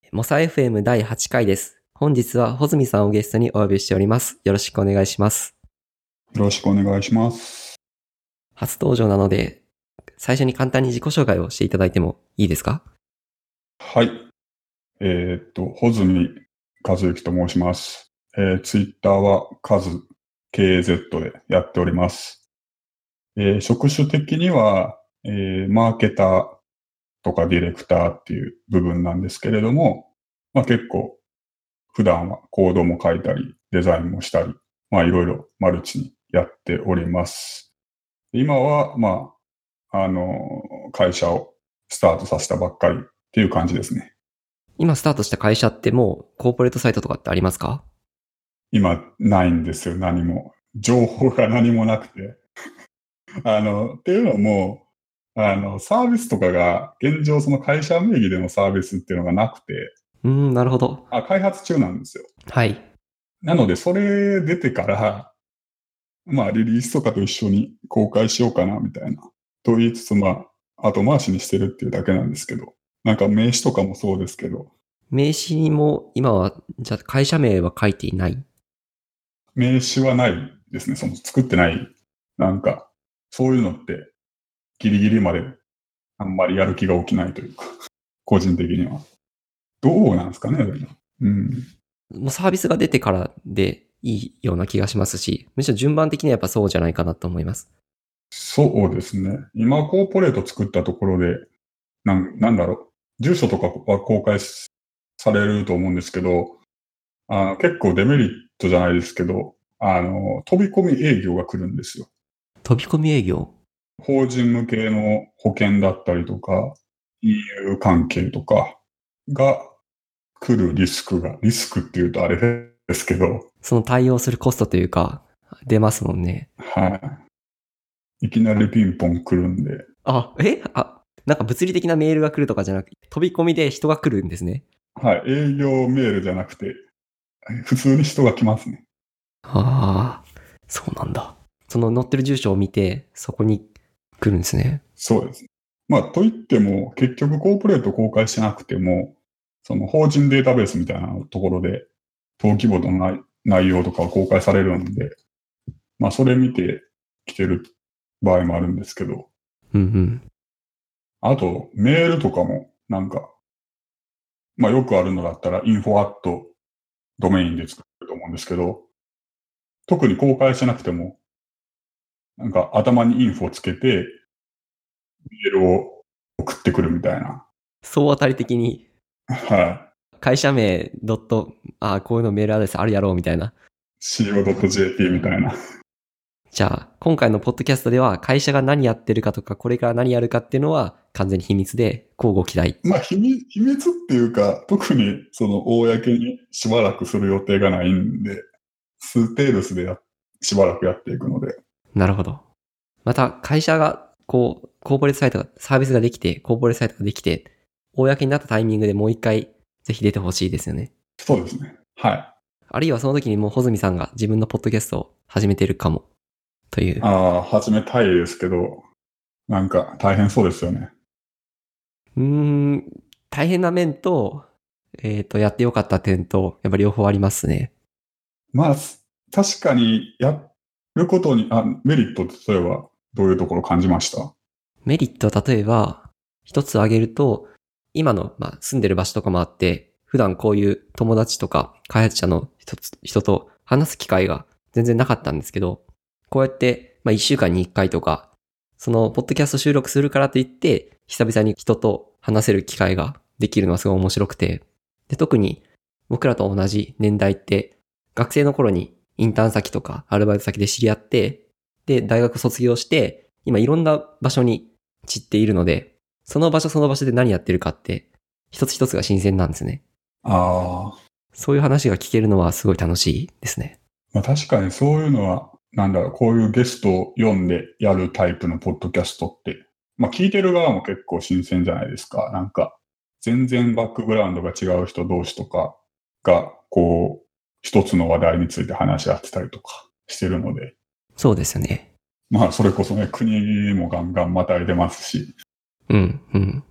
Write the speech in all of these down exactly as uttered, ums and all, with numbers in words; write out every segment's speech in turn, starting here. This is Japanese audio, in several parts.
モサ エフエム だいはちかいです。本日は穂積さんをゲストにお呼びしております。よろしくお願いします。 よろしくお願いします。 初登場なので、最初に簡単に自己紹介をしていただいてもいいですか？ はい。えー、っと、穂積和之と申します。えー、ツイッターはカズ ケーゼット でやっております。えー、職種的には、えー、マーケターとかディレクターっていう部分なんですけれども、まあ結構普段はコードも書いたり、デザインもしたり、まあいろいろマルチにやっております。今は、まあ、あの、会社をスタートさせたばっかりっていう感じですね。 今スタートした会社ってもうコーポレートサイトとかってありますか？ 今、ないんですよ、何も。情報が何もなくて。あの、っていうのも、あの、サービスとかが、現状その会社名義でのサービスっていうのがなくて、 うーん、なるほど。 あ、開発中なんですよ。 はい。 なので、それ出てから、まあ、リリースとかと一緒に公開しようかな、みたいな。と言いつつ、まあ、後回しにしてるっていうだけなんですけど、なんか名刺とかもそうですけど、 名刺も今は、じゃあ会社名は書いていない？ 名刺はないですね。その作ってない。なんか、そういうのってギリギリまであんまりやる気が起きないというか、個人的には。どうなんですかね、でも。うん。 もうサービスが出てからでいいような気がしますし、むしろ順番的にはやっぱそうじゃないかなと思います。 そうですね。今、コーポレート作ったところで、なん、なんだろう。住所とかは公開されると思うんですけど、あの結構デメリットじゃないですけど、あの、飛び込み営業が来るんですよ。 飛び込み営業？ 法人向けの保険だったりとか、金融関係とかが来るリスクが、リスクっていうとあれですけど、 その対応するコストというか、出ますもんね。 はい。いきなりピンポン来るんで。 あ、えあ、なんか物理的なメールが来るとかじゃなくて、飛び込みで人が来るんですね。 はい。営業メールじゃなくて、普通に人が来ますね。 ああ、そうなんだ。その載ってる住所を見て、そこに来るんですね。 そうです。まあ、といっても、結局コーポレート公開しなくても、その法人データベースみたいなところで、登記簿の内内容とかは公開されるんで、まあ、それ見て来てる場合もあるんですけど、 うんうん。 あと、メールとかも、なんか、まあ、よくあるのだったら、インフォアットドメインで作ると思うんですけど、特に公開しなくても、なんか頭にインフォつけて、メールを送ってくるみたいな。 総当たり的に、 はい。 会社名、ドット、ああ、こういうのメールアドレスあるやろうみたいな。 シーオードットジェーピー みたいな。 じゃあ、今回のポッドキャストでは、会社が何やってるかとか、これから何やるかっていうのは、完全に秘密で、交互期待。 まあ、秘密、秘密っていうか、特にその、公にしばらくする予定がないんで、ステールスでや、しばらくやっていくので。 なるほど。また、会社が、こう、コーポレートサイトが、サービスができて、コーポレートサイトができて、公になったタイミングでもう一回、ぜひ出てほしいですよね。 そうですね。はい。 あるいはその時にもう穂積さんが自分のポッドキャストを始めてるかも、という。 ああ、始めたいですけど、なんか大変そうですよね。 うーん、大変な面と、えっと、やってよかった点と、やっぱり両方ありますね。 まあ、確かにやることに、あ、メリットって例えばどういうところ感じました？ メリットは例えば、一つ挙げると、今の、まあ、住んでる場所とかもあって、普段こういう友達とか開発者の一つ人と話す機会が全然なかったんですけど、こうやって、まあ、一週間に一回とか、その、ポッドキャスト収録するからといって、久々に人と話せる機会ができるのはすごい面白くて、で、特に僕らと同じ年代って、学生の頃にインターン先とかアルバイト先で知り合って、で、大学卒業して、今いろんな場所に散っているので、その場所その場所で何やってるかって、一つ一つが新鮮なんですね。 ああ、 そういう話が聞けるのはすごい楽しいですね。 まあ確かにそういうのは、なんだろう、こういうゲストを読んでやるタイプのポッドキャストって、まあ聞いてる側も結構新鮮じゃないですか。なんか、全然バックグラウンドが違う人同士とかが、こう、一つの話題について話し合ってたりとかしてるので、 そうですよね。 まあそれこそね、国もガンガンまたいでますし、 うん、うん。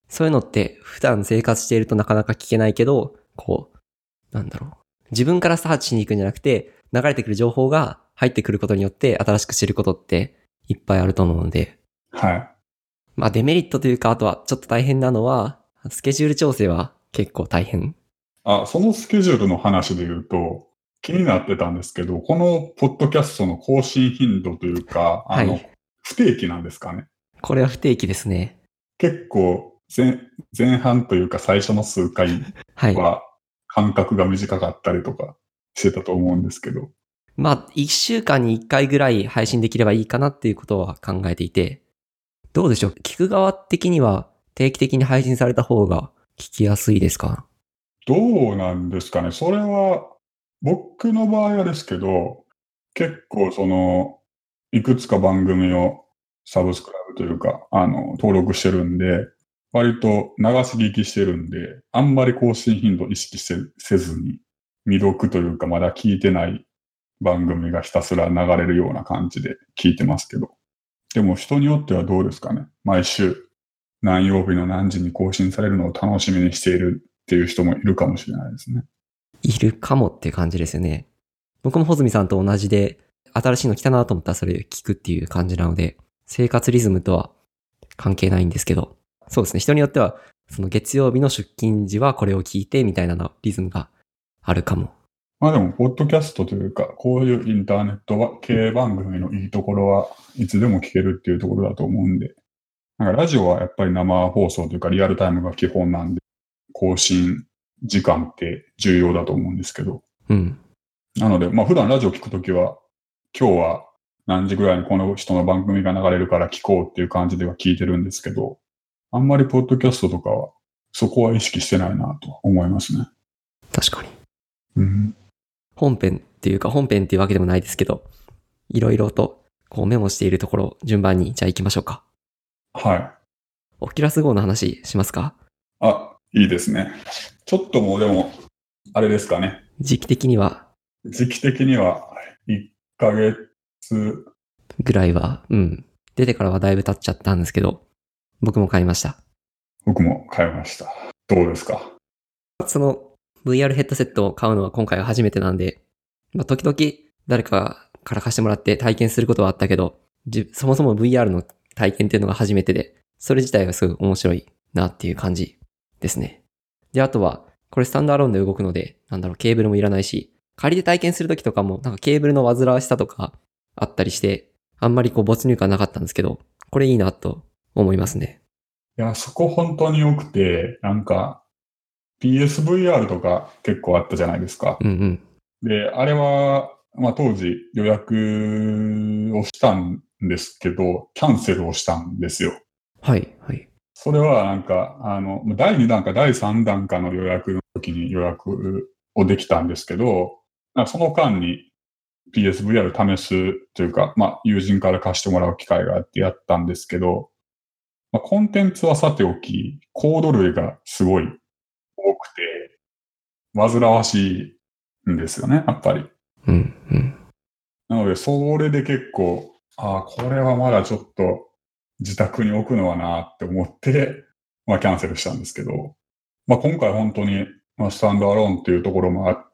そういうのって普段生活しているとなかなか聞けないけど、こう、なんだろう。自分からサーチしに行くんじゃなくて、流れてくる情報が入ってくることによって新しく知ることっていっぱいあると思うので。 はい。 まあデメリットというか、あとはちょっと大変なのは、スケジュール調整は結構大変。 あ、そのスケジュールの話で言うと、気になってたんですけど、このポッドキャストの更新頻度というか、あの、 はい。 不定期なんですかね。 これは不定期ですね。 結構前、前半というか最初の数回はい。 は間隔が短かったりとかしてたと思うんですけど。 まあ、一週間に一回ぐらい配信できればいいかなっていうことは考えていて、どうでしょう？聞く側的には定期的に配信された方が聞きやすいですか？ どうなんですかね。それは、僕の場合はですけど、結構その、いくつか番組をサブスクライブというか、あの、登録してるんで、割と流し聞きしてるんで、あんまり更新頻度意識せせずに、未読というかまだ聞いてない番組がひたすら流れるような感じで聞いてますけど。でも人によってはどうですかね。毎週何曜日の何時に更新されるのを楽しみにしているっていう人もいるかもしれないですね。 いるかもって感じですよね。僕も穂積さんと同じで、新しいの来たなと思ったらそれ聞くっていう感じなので、生活リズムとは関係ないんですけど、そうですね。人によっては、その月曜日の出勤時はこれを聞いてみたいなのリズムがあるかも。 まあでも、ポッドキャストというか、こういうインターネットは、系番組のいいところはいつでも聞けるっていうところだと思うんで、なんかラジオはやっぱり生放送というかリアルタイムが基本なんで、更新時間って重要だと思うんですけど。 うん。 なので、まあ普段ラジオ聞くときは、今日は何時ぐらいにこの人の番組が流れるから聞こうっていう感じでは聞いてるんですけど、あんまりポッドキャストとかは、そこは意識してないなと思いますね。 確かに。 うん。 本編っていうか本編っていうわけでもないですけど、いろいろとこうメモしているところ順番にじゃあ行きましょうか。 はい。 オキュラス号の話しますか？ あ、いいですね。ちょっともうでも、あれですかね。 時期的には時期的にはいっかげつ。 ぐらいは、うん。出てからはだいぶ経っちゃったんですけど、僕も買いました。 僕も買いました。どうですか？ その ブイアール ヘッドセットを買うのは今回が初めてなんで、まあ、時々誰かから貸してもらって体験することはあったけど、じそもそも ブイアール の体験っていうのが初めてで、それ自体がすごい面白いなっていう感じですね。で、あとは、これスタンドアローンで動くので、なんだろう、ケーブルもいらないし、仮で体験するときとかも、なんかケーブルの煩わしさとかあったりして、あんまりこう没入感なかったんですけど、これいいなと思いますね。 いや、そこ本当に良くて、なんか ピーエスブイアール とか結構あったじゃないですか。 うんうん。 で、あれは、まあ当時予約をしたんですけど、キャンセルをしたんですよ。 はい、はい。 それはなんか、あの、だいにだんかだいさんだんかの予約の時に予約をできたんですけど、その間に ピーエスブイアール 試すというか、まあ友人から貸してもらう機会があってやったんですけど、まあ、コンテンツはさておき、コード類がすごい多くて、煩わしいんですよね、やっぱり。 うん、うん。 なので、それで結構、ああ、これはまだちょっと自宅に置くのはなって思って、まあキャンセルしたんですけど、まあ今回本当に、まあ、スタンドアローンっていうところもあって、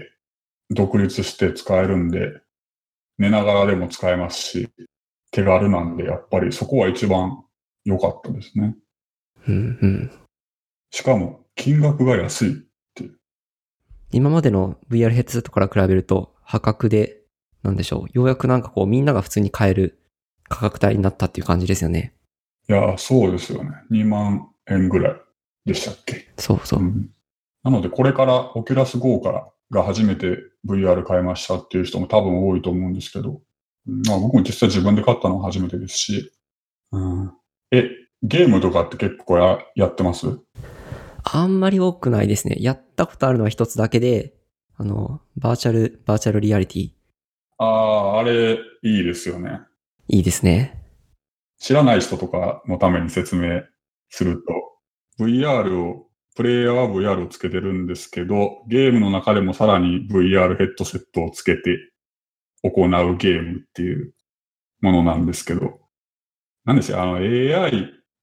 独立して使えるんで、寝ながらでも使えますし、手軽なんで、やっぱりそこは一番良かったですね。 うん、うん。 しかも、金額が安いっていう。 今までの ブイアール ヘッドセットから比べると破格で、なんでしょう。ようやくなんかこうみんなが普通に買える価格帯になったっていう感じですよね。 いや、そうですよね。にまんえんぐらいでしたっけ。 そうそう。 うん、なので、これからオキュラスゴーからが初めて ブイアール 買いましたっていう人も多分多いと思うんですけど、まあ僕も実際自分で買ったのは初めてですし、うん、え、ゲームとかって結構ややってます？ あんまり多くないですね。やったことあるのは一つだけで、あの、バーチャル、バーチャルリアリティ。 ああ、あれ、いいですよね。 いいですね。 知らない人とかのために説明すると、ブイアール を、プレイヤーは ブイアール をつけてるんですけど、ゲームの中でもさらに ブイアール ヘッドセットをつけて行うゲームっていうものなんですけど、なんですよ、あの エーアイ、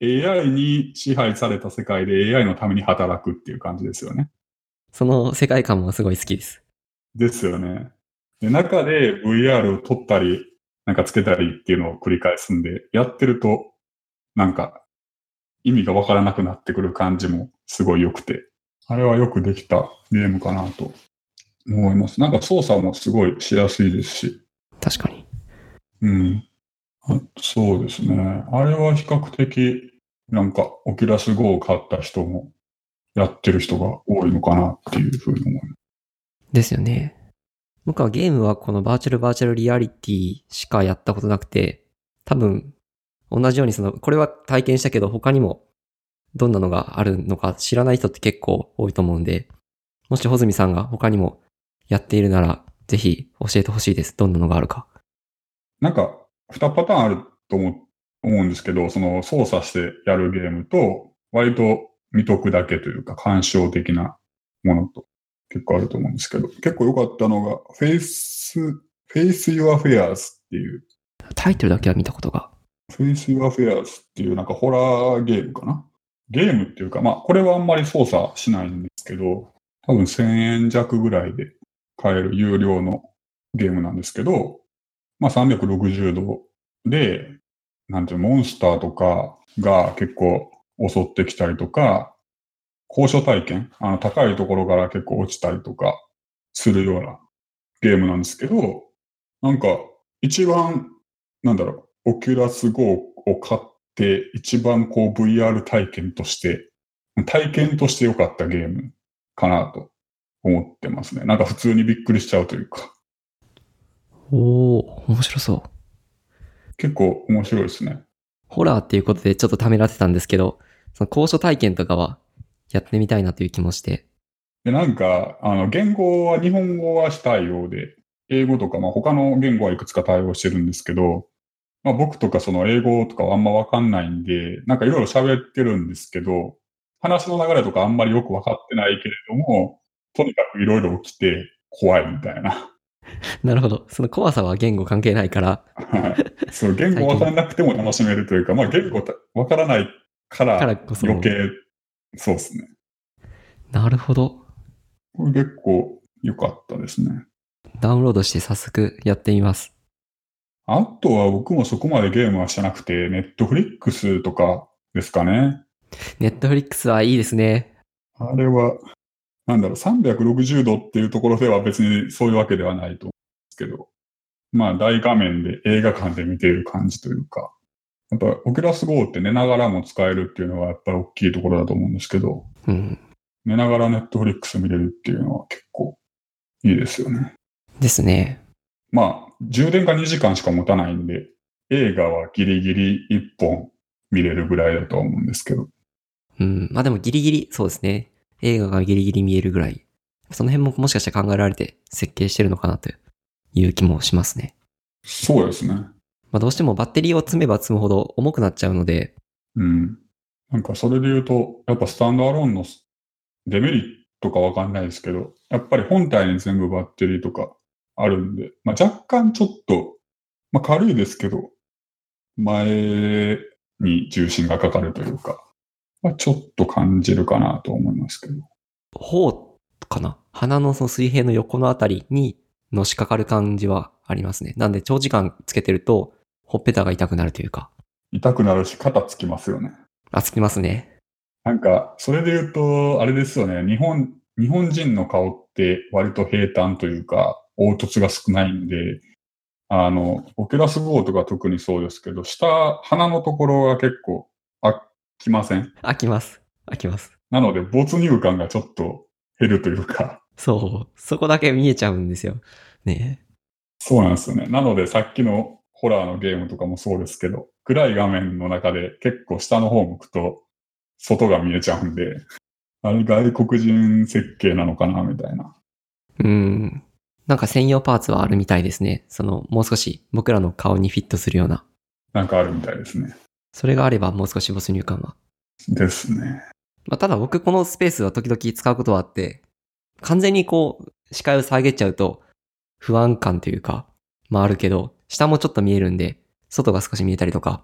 エーアイ に支配された世界で エーアイ のために働くっていう感じですよね。 その世界観もすごい好きです。 ですよね。で、中で ブイアール を撮ったり、なんかつけたりっていうのを繰り返すんで、やってると、なんか意味がわからなくなってくる感じもすごい良くて、あれはよくできたゲームかなと思います。なんか操作もすごいしやすいですし。 確かに。 うん。あそうですね。あれは比較的、なんか、オキュラスゴーを買った人も、やってる人が多いのかなっていうふうに思います。 ですよね。僕はゲームはこのバーチャルバーチャルリアリティしかやったことなくて、多分、同じようにその、これは体験したけど他にもどんなのがあるのか知らない人って結構多いと思うんで、もし穂積さんが他にもやっているなら、ぜひ教えてほしいです。どんなのがあるか。 なんか、にパターンあると思う思うんですけど、その操作してやるゲームと、割と見とくだけというか、鑑賞的なものと結構あると思うんですけど、結構良かったのが、Face, Face Your Affairs っていう、 タイトルだけは見たことが。 Face Your Affairs っていうなんかホラーゲームかな。ゲームっていうか、まあ、これはあんまり操作しないんですけど、多分せんえん弱ぐらいで買える有料のゲームなんですけど、まあさんびゃくろくじゅうどで、なんていうの、モンスターとかが結構襲ってきたりとか、高所体験、あの高いところから結構落ちたりとかするようなゲームなんですけど、なんか一番、なんだろう、オキュラスゴーを買って一番こう ブイアール 体験として、体験として良かったゲームかなと思ってますね。なんか普通にびっくりしちゃうというか。 おー、面白そう。 結構面白いですね。 ホラーっていうことでちょっとためらってたんですけど、その高所体験とかはやってみたいなという気もして。 で、なんか、あの、言語は、日本語は非対応で、英語とか、まあ他の言語はいくつか対応してるんですけど、まあ僕とかその英語とかはあんまわかんないんで、なんかいろいろ喋ってるんですけど、話の流れとかあんまりよくわかってないけれども、とにかくいろいろ起きて怖いみたいな。 なるほど。その怖さは言語関係ないから、 はい。そう、言語わ体験からなくても楽しめるというか、まあ言語わからないからからこそ。 余計、そうですね。 なるほど。 これ結構良かったですね。 ダウンロードして早速やってみます。 あとは僕もそこまでゲームはしてなくて、ネットフリックスとかですかね。 ネットフリックスはいいですね。 あれは、なんだろう、さんびゃくろくじゅうどっていうところでは別にそういうわけではないと思うんですけど、まあ大画面で映画館で見ている感じというか、やっぱオキュラスゴーって寝ながらも使えるっていうのはやっぱり大きいところだと思うんですけど、 うん。 寝ながらネットフリックス見れるっていうのは結構いいですよね。 ですね。 まあ、充電がにじかんしか持たないんで、映画はギリギリいっぽん見れるぐらいだと思うんですけど。 うん。まあでもギリギリ、そうですね。映画がギリギリ見えるぐらい。その辺ももしかしたら考えられて設計してるのかなという気もしますね。 そうですね。 まあどうしてもバッテリーを積めば積むほど重くなっちゃうので。 うん。なんかそれで言うと、やっぱスタンドアローンのデメリットかわかんないですけど、やっぱり本体に全部バッテリーとかあるんで、まあ若干ちょっと、まあ軽いですけど、前に重心がかかるというか、まあちょっと感じるかなと思いますけど。 頬かな鼻のその水平の横のあたりにのしかかる感じはありますね。なんで長時間つけてると、ほっぺたが痛くなるというか。 痛くなるし肩つきますよね。 あ、つきますね。 なんか、それで言うと、あれですよね。日本、日本人の顔って割と平坦というか、凹凸が少ないんで、あの、オキュラスゴーとか特にそうですけど、下、鼻のところが結構開きません？ 飽きます。飽きます。 なので、没入感がちょっと減るというか。 そう。そこだけ見えちゃうんですよ。ねえ。 そうなんですよね。なので、さっきのホラーのゲームとかもそうですけど、暗い画面の中で結構下の方向くと、外が見えちゃうんで、あれ外国人設計なのかなみたいな。 うん。なんか専用パーツはあるみたいですね。その、もう少し僕らの顔にフィットするような。 なんかあるみたいですね。 それがあればもう少し没入感は。 ですね。 まあ、ただ僕このスペースは時々使うことはあって、完全にこう、視界を遮っちゃうと不安感というか、まああるけど、下もちょっと見えるんで、外が少し見えたりとか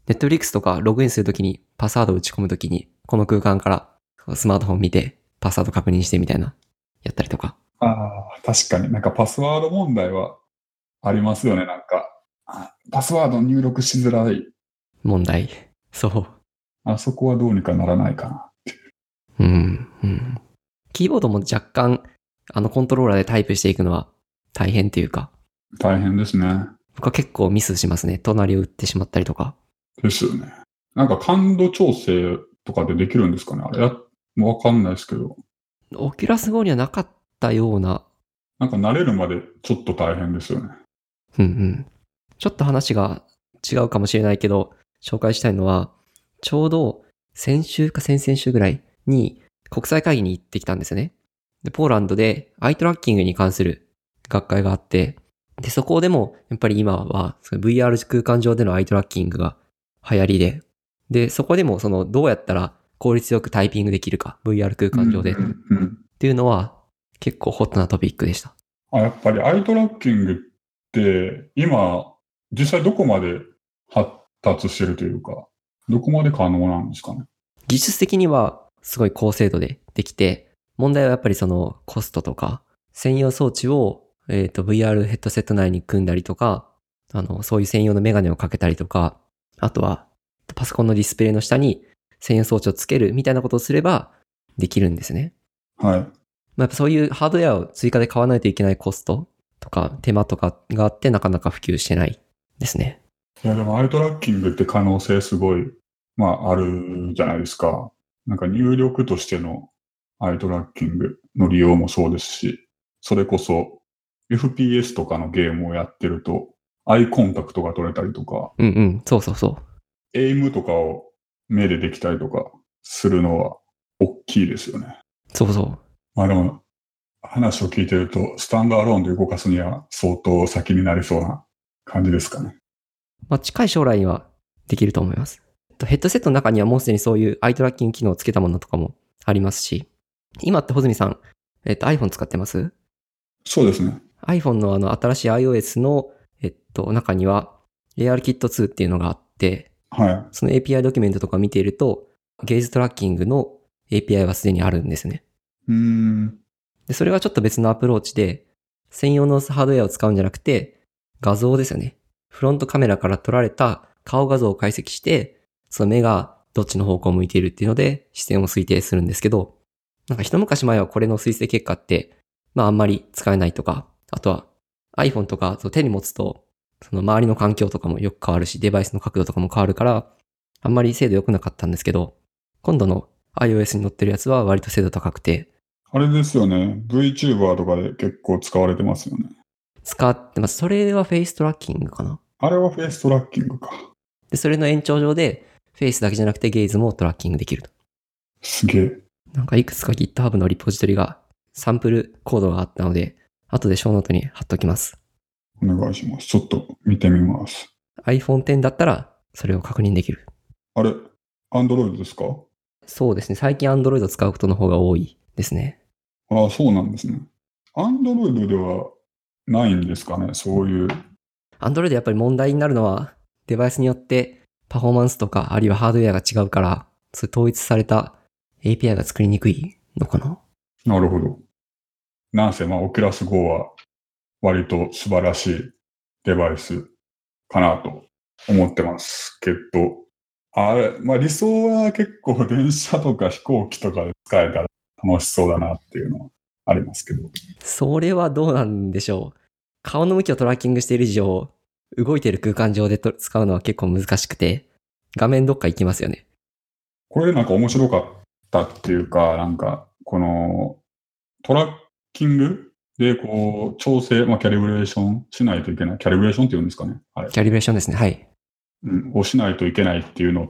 Netflix とかログインするときにパスワードを打ち込むときに、この空間からスマートフォン見てパスワード確認してみたいな、やったりとか。 ああ、確かになんかパスワード問題はありますよね、なんか。パスワード入力しづらい。 問題。そう。 あそこはどうにかならないかな。 うん、うん。キーボードも若干、あのコントローラーでタイプしていくのは大変っていうか。 大変ですね。 僕は結構ミスしますね。隣を打ってしまったりとか。 ですよね。なんか感度調整とかでできるんですかねあれや、もうわかんないですけど。 オキュラスゴーにはなかったような。 なんか慣れるまでちょっと大変ですよね。 うんうん。ちょっと話が違うかもしれないけど、紹介したいのは、ちょうど先週か先々週ぐらいに国際会議に行ってきたんですよね。で、ポーランドでアイトラッキングに関する学会があって、で、そこでもやっぱり今は ブイアール 空間上でのアイトラッキングが流行りで、で、そこでもそのどうやったら効率よくタイピングできるか、ブイアール 空間上で、 うんうんうん、 っていうのは結構ホットなトピックでした。 あ、やっぱりアイトラッキングって今実際どこまで発達してるというか、どこまで可能なんですかね。 技術的にはすごい高精度でできて、問題はやっぱりそのコストとか、専用装置を、えっと ブイアール ヘッドセット内に組んだりとか、あの、そういう専用のメガネをかけたりとか、あとはパソコンのディスプレイの下に専用装置をつけるみたいなことをすればできるんですね。 はい。 まあ、やっぱそういうハードウェアを追加で買わないといけないコストとか手間とかがあってなかなか普及してないですね。 いやでもアイトラッキングって可能性すごい、まああるじゃないですか。なんか入力としてのアイトラッキングの利用もそうですし、それこそ エフピーエス とかのゲームをやってるとアイコンタクトが取れたりとか、 うんうん、そうそうそう。 エイムとかを目でできたりとかするのは大きいですよね。 そうそう。 まあでも話を聞いてるとスタンドアローンで動かすには相当先になりそうな感じですかね。 まあ、近い将来にはできると思います。ヘッドセットの中にはもうすでにそういうアイトラッキング機能をつけたものとかもありますし、今って穂積さん、えっと iPhone 使ってます？ そうですね。 iPhone のあの新しい iOS の、えっと、中には エーアール キットツーっていうのがあって、 はい。 その エーピーアイ ドキュメントとか見ていると、ゲイズトラッキングの エーピーアイ はすでにあるんですね。 うーん。 で、それはちょっと別のアプローチで、専用のハードウェアを使うんじゃなくて、画像ですよね。フロントカメラから撮られた顔画像を解析して、その目がどっちの方向を向いているっていうので視線を推定するんですけど、なんか一昔前はこれの推定結果って、まああんまり使えないとか、あとは iPhone とか手に持つと、その周りの環境とかもよく変わるし、デバイスの角度とかも変わるから、あんまり精度良くなかったんですけど、今度の iOS に載ってるやつは割と精度高くて、 あれですよね。VTuber とかで結構使われてますよね。 使ってます。それはフェイストラッキングかな。 あれはフェイストラッキングか。 で、それの延長上で、フェイスだけじゃなくてゲイズもトラッキングできると。 すげえ。 なんかいくつか GitHub のリポジトリがサンプルコードがあったので、後でショーノートに貼っときます。 お願いします。ちょっと見てみます。 iPhone テンだったら、それを確認できる。 あれ、Android ですか？ そうですね。最近 Android 使うことの方が多いですね。 ああ、そうなんですね。Android ではないんですかね、そういう。 Android やっぱり問題になるのは、デバイスによってパフォーマンスとか、あるいはハードウェアが違うから、そう統一された エーピーアイ が作りにくいのかな。 なるほど。なんせ、まあ、Oculus Go は割と素晴らしいデバイスかなと思ってますけど、あれ、まあ理想は結構電車とか飛行機とかで使えたら楽しそうだなっていうのはありますけど。 それはどうなんでしょう。顔の向きをトラッキングしている以上、動いている空間上でと使うのは結構難しくて、画面どっか行きますよね。 これなんか面白かったっていうか、なんか、このトラッキングでこう調整、まあキャリブレーションしないといけない。キャリブレーションって言うんですかね。はい。 キャリブレーションですね。はい。 うん、をしないといけないっていうのって、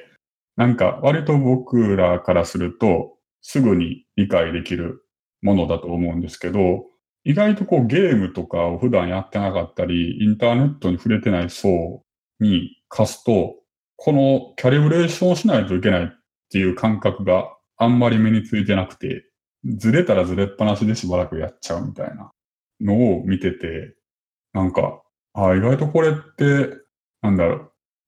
なんか割と僕らからするとすぐに理解できるものだと思うんですけど、意外とこうゲームとかを普段やってなかったり、インターネットに触れてない層に貸すと、このキャリブレーションをしないといけないっていう感覚があんまり身についてなくて、ずれたらずれっぱなしでしばらくやっちゃうみたいなのを見てて、なんか、あ、意外とこれって、なんだろう、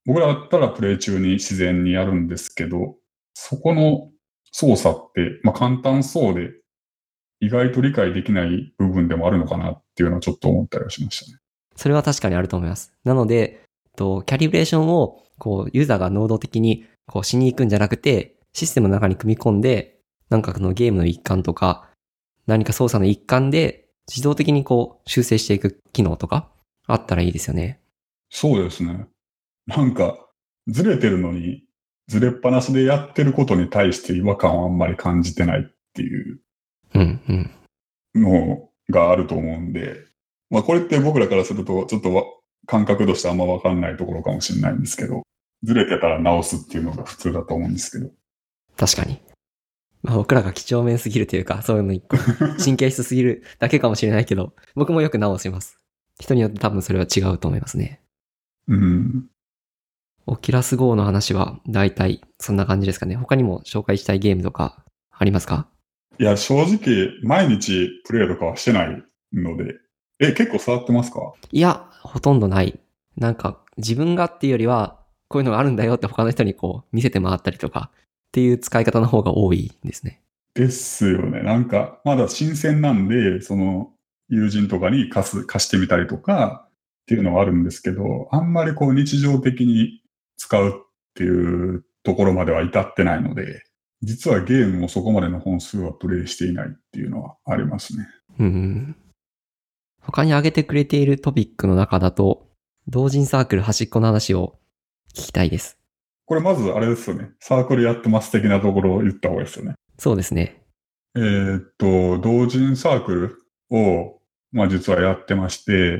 僕らだったらプレイ中に自然にやるんですけど、そこの操作って、まあ簡単そうで、意外と理解できない部分でもあるのかなっていうのはちょっと思ったりはしましたね。 それは確かにあると思います。なので、とキャリブレーションをこうユーザーが能動的にこうしに行くんじゃなくて、システムの中に組み込んで、なんかこのゲームの一環とか、何か操作の一環で自動的にこう修正していく機能とかあったらいいですよね。 そうですね。なんか、ずれてるのに、ずれっぱなしでやってることに対して違和感をあんまり感じてないっていううんうん。 のがあると思うんで、まあこれって僕らからするとちょっとわ感覚としてあんまわかんないところかもしれないんですけど、ずれてたら直すっていうのが普通だと思うんですけど。 確かに。まあ僕らが几帳面すぎるというか、そういうの一個神経質すぎるだけかもしれないけど、僕もよく直します。人によって多分それは違うと思いますね。 うん。 オキュラス ゴー の話は大体そんな感じですかね。他にも紹介したいゲームとかありますか？ いや、正直、毎日プレイとかはしてないので、え、結構触ってますか？ いや、ほとんどない。なんか自分がっていうよりは、こういうのがあるんだよって他の人にこう見せて回ったりとかっていう使い方の方が多いですね。 ですよね。なんか、まだ新鮮なんで、その、友人とかに貸す、貸してみたりとかっていうのはあるんですけど、あんまりこう日常的に使うっていうところまでは至ってないので、実はゲームもそこまでの本数はプレイしていないっていうのはありますね。 うん。他に挙げてくれているトピックの中だと、同人サークル端っこの話を聞きたいです。 これまずあれですよね。サークルやってます的なところを言った方がいいですよね。 そうですね。 えーっと、同人サークルを、まあ実はやってまして、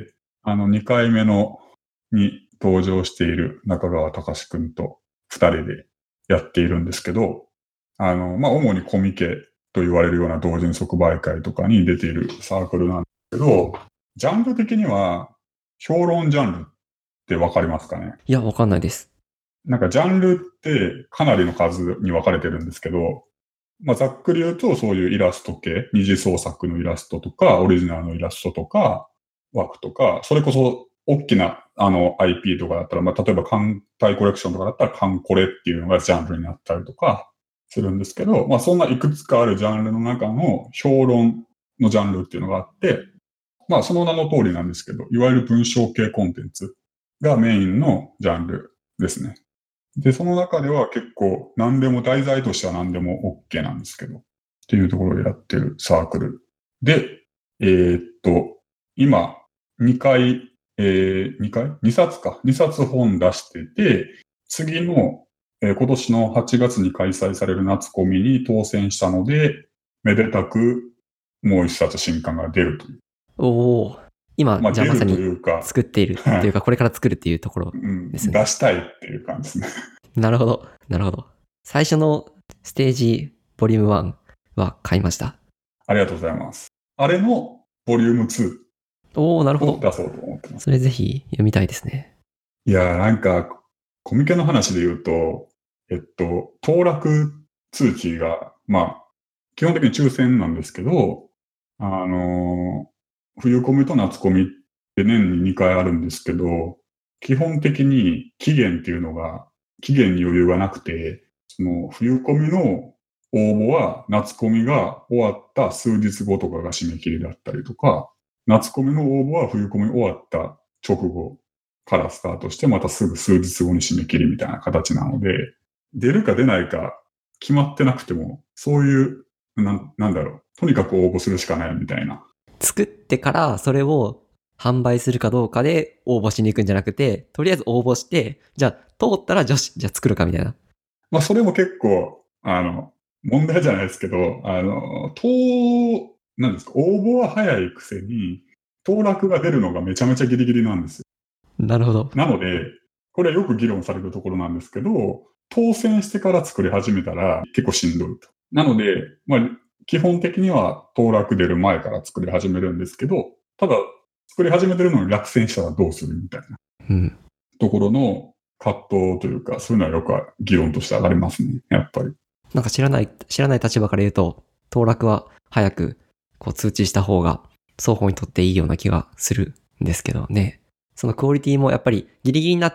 あのにかいめのに登場している中川隆くんとふたりでやっているんですけど、あの、まあ主にコミケと言われるような同人即売会とかに出ているサークルなんですけど、ジャンル的には評論ジャンルってわかりますかね？ いや、わかんないです。 なんかジャンルってかなりの数に分かれてるんですけど、まあ、ざっくり言うと、そういうイラスト系、二次創作のイラストとか、オリジナルのイラストとか、枠とか、それこそ、大きな、あの、アイピー とかだったら、まあ、例えば、艦隊コレクションとかだったら、艦コレっていうのがジャンルになったりとか、するんですけど、まあ、そんないくつかあるジャンルの中の評論のジャンルっていうのがあって、まあ、その名の通りなんですけど、いわゆる文章系コンテンツがメインのジャンルですね。で、その中では結構何でも題材としては何でも OK なんですけど、っていうところでやってるサークル。で、えーっと、今、にかい、えー、にかい ?に 冊か。にさつ本出してて、次の、えー今年のはちがつに開催される夏コミに当選したので、めでたくもういっさつ新刊が出るという。 おー。今、 まあ出るとじゃあまさにいうか、 作っているというか、これから作るっていうところうん、 ですね。 出したいっていう感じですね。 なるほど。なるほど。最初のステージボリュームワンは買いました。 ありがとうございます。あれのボリュームツおー、なるーほど。 を出そうと思ってます。 それぜひ読みたいですね。 いやーなんか、コミケの話で言うと、えっと、当落通知が、まあ、基本的に抽選なんですけど、あのー冬コミと夏コミって年ににかいあるんですけど、基本的に期限っていうのが、期限に余裕がなくて、その冬コミの応募は夏コミが終わった数日後とかが締め切りだったりとか、夏コミの応募は冬コミ終わった直後からスタートして、またすぐ数日後に締め切りみたいな形なので、出るか出ないか決まってなくても、そういう、な、なんだろう、とにかく応募するしかないみたいな。 作ってからそれを販売するかどうかで応募しに行くんじゃなくて、とりあえず応募して、じゃあ通ったら女子、じゃあ作るかみたいな。 まあ、それも結構、あの、問題じゃないですけど、あの、当、なんですか、応募は早いくせに、当落が出るのがめちゃめちゃギリギリなんですよ。 なるほど。 なので、これはよく議論されるところなんですけど、当選してから作り始めたら結構しんどいと。なので、まあ、基本的には当落出る前から作り始めるんですけど、ただ、作り始めてるのに落選したらどうするみたいなうん。 ところの葛藤というか、そういうのはよく議論として上がりますね、やっぱり。 なんか知らない、知らない立場から言うと、当落は早くこう通知した方が双方にとっていいような気がするんですけどね。そのクオリティもやっぱりギリギリになって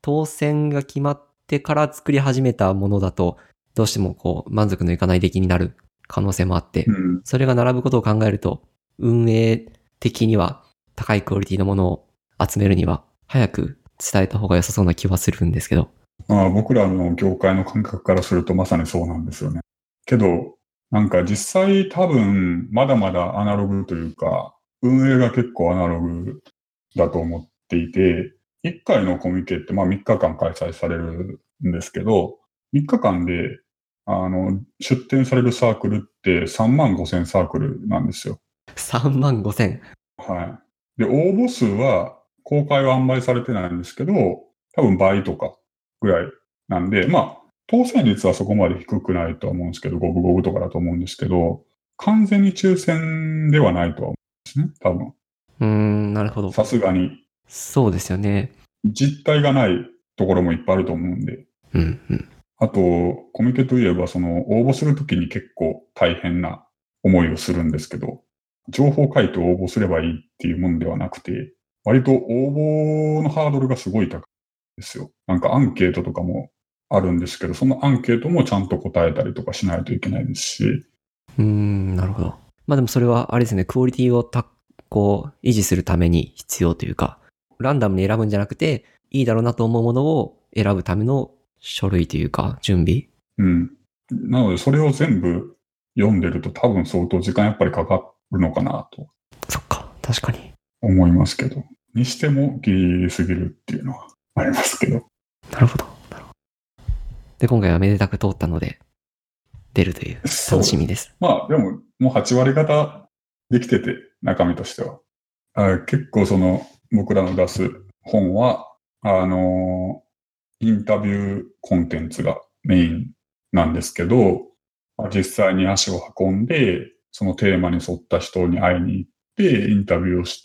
当選が決まってから作り始めたものだと、どうしてもこう満足のいかない出来になる可能性もあって、 うん。 それが並ぶことを考えると、運営的には高いクオリティのものを集めるには早く伝えた方が良さそうな気はするんですけど。 まあ、僕らの業界の感覚からするとまさにそうなんですよね。けど、なんか実際多分まだまだアナログというか、運営が結構アナログだと思っていて、いっかいのコミケってまあみっかかん開催されるんですけど、みっかかんで、あの、出展されるサークルってさんまんごせんサークルなんですよ。 さんまんごせん。 はい。で、応募数は公開はあんまりされてないんですけど、多分倍とかぐらいなんで、まあ、当選率はそこまで低くないとは思うんですけど、五分五分とかだと思うんですけど、完全に抽選ではないとは思うんですね、多分。 うーん、なるほど。 さすがに。 そうですよね。 実体がないところもいっぱいあると思うんで。 うんうん。 あと、コミケといえば、その、応募するときに結構大変な思いをするんですけど、情報書いて応募すればいいっていうもんではなくて、割と応募のハードルがすごい高いんですよ。なんかアンケートとかもあるんですけど、そのアンケートもちゃんと答えたりとかしないといけないですし。 うーん、なるほど。まあでもそれはあれですね、クオリティをた、こう、維持するために必要というか、ランダムに選ぶんじゃなくて、いいだろうなと思うものを選ぶための書類というか、準備。 うん。なので、それを全部読んでると多分相当時間やっぱりかかるのかなとそっか、確かに。 思いますけど。にしてもギリギリすぎるっていうのはありますけど。 なるほど。なるほど。で、今回はめでたく通ったので、出るという楽しみです。 まあ、でも、もうはち割方できてて、中身としては。あ結構その、僕らの出す本は、あの、インタビューコンテンツがメインなんですけど、実際に足を運んで、そのテーマに沿った人に会いに行って、インタビューをして、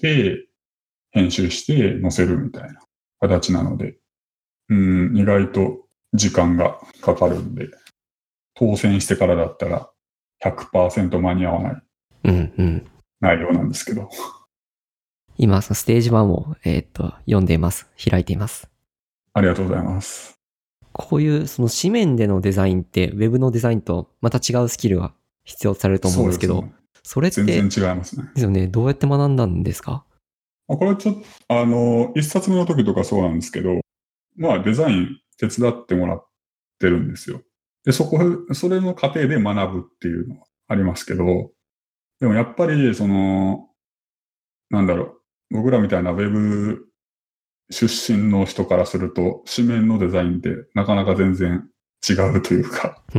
編集して載せるみたいな形なので、うん、意外と時間がかかるんで、当選してからだったらひゃくパーセント間に合わないうんうん。 内容なんですけど。 今、そのステージワンを、えーっと、読んでいます。開いています。 ありがとうございます。 こういう、その紙面でのデザインって、ウェブのデザインとまた違うスキルが必要とされると思うんですけど、 そうですね。 それって、 全然違いますね。 ですよね。どうやって学んだんですか？ これちょっと、あの、一冊目の時とかそうなんですけど、まあデザイン手伝ってもらってるんですよ。で、そこ、それの過程で学ぶっていうのはありますけど、でもやっぱり、その、なんだろう、僕らみたいなウェブ出身の人からすると、紙面のデザインってなかなか全然違うというか。 うんうん。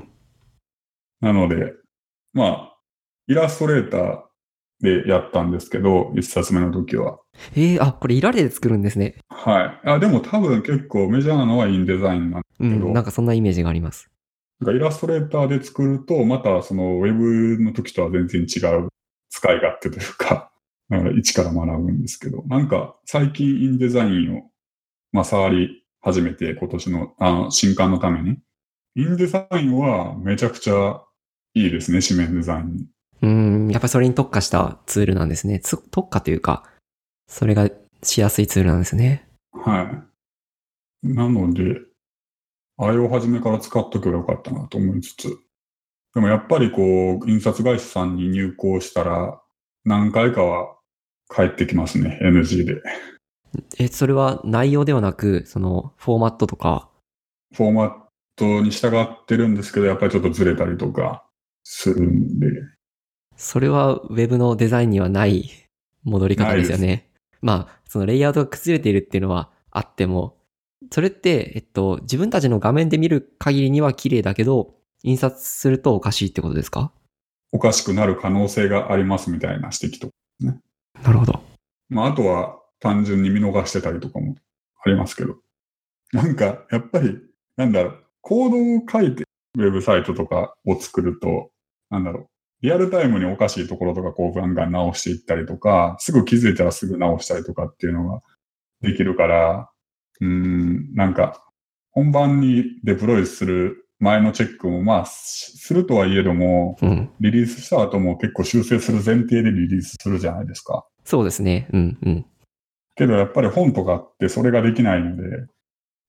なので、まあ、イラストレーターでやったんですけど、一冊目の時は。 えー、あ、これイラレで作るんですね。 はい。あ、でも多分結構メジャーなのはインデザインなんですけど、 うん、なんかそんなイメージがあります。 なんかイラストレーターで作ると、またそのウェブの時とは全然違う使い勝手というか、だから一から学ぶんですけど、なんか最近インデザインを、まあ、触り始めて今年の、あの、新刊のために。インデザインはめちゃくちゃいいですね、紙面デザインに。 うん、やっぱりそれに特化したツールなんですね。つ特化というか、それがしやすいツールなんですね。 はい。なので、あれを初めから使っとけばよかったなと思いつつ。でもやっぱりこう、印刷会社さんに入稿したら、何回かは返ってきますね、エヌジー で。 え、それは内容ではなく、そのフォーマットとか。 フォーマットに従ってるんですけど、やっぱりちょっとずれたりとかするんで。 それはウェブのデザインにはない戻り方ですよね。まあ、そのレイアウトが崩れているっていうのはあっても、それって、えっと、自分たちの画面で見る限りには綺麗だけど、印刷するとおかしいってことですか？ おかしくなる可能性がありますみたいな指摘とかね。 なるほど。 まあ、あとは単純に見逃してたりとかもありますけど。なんか、やっぱり、なんだろう、コードを書いてウェブサイトとかを作ると、なんだろう、リアルタイムにおかしいところとかこうガンガン直していったりとか、すぐ気づいたらすぐ直したりとかっていうのができるから、うーん、なんか、本番にデプロイする前のチェックもまあ、するとはいえども、 うん。 リリースした後も結構修正する前提でリリースするじゃないですか。 そうですね。うんうん。 けどやっぱり本とかってそれができないので、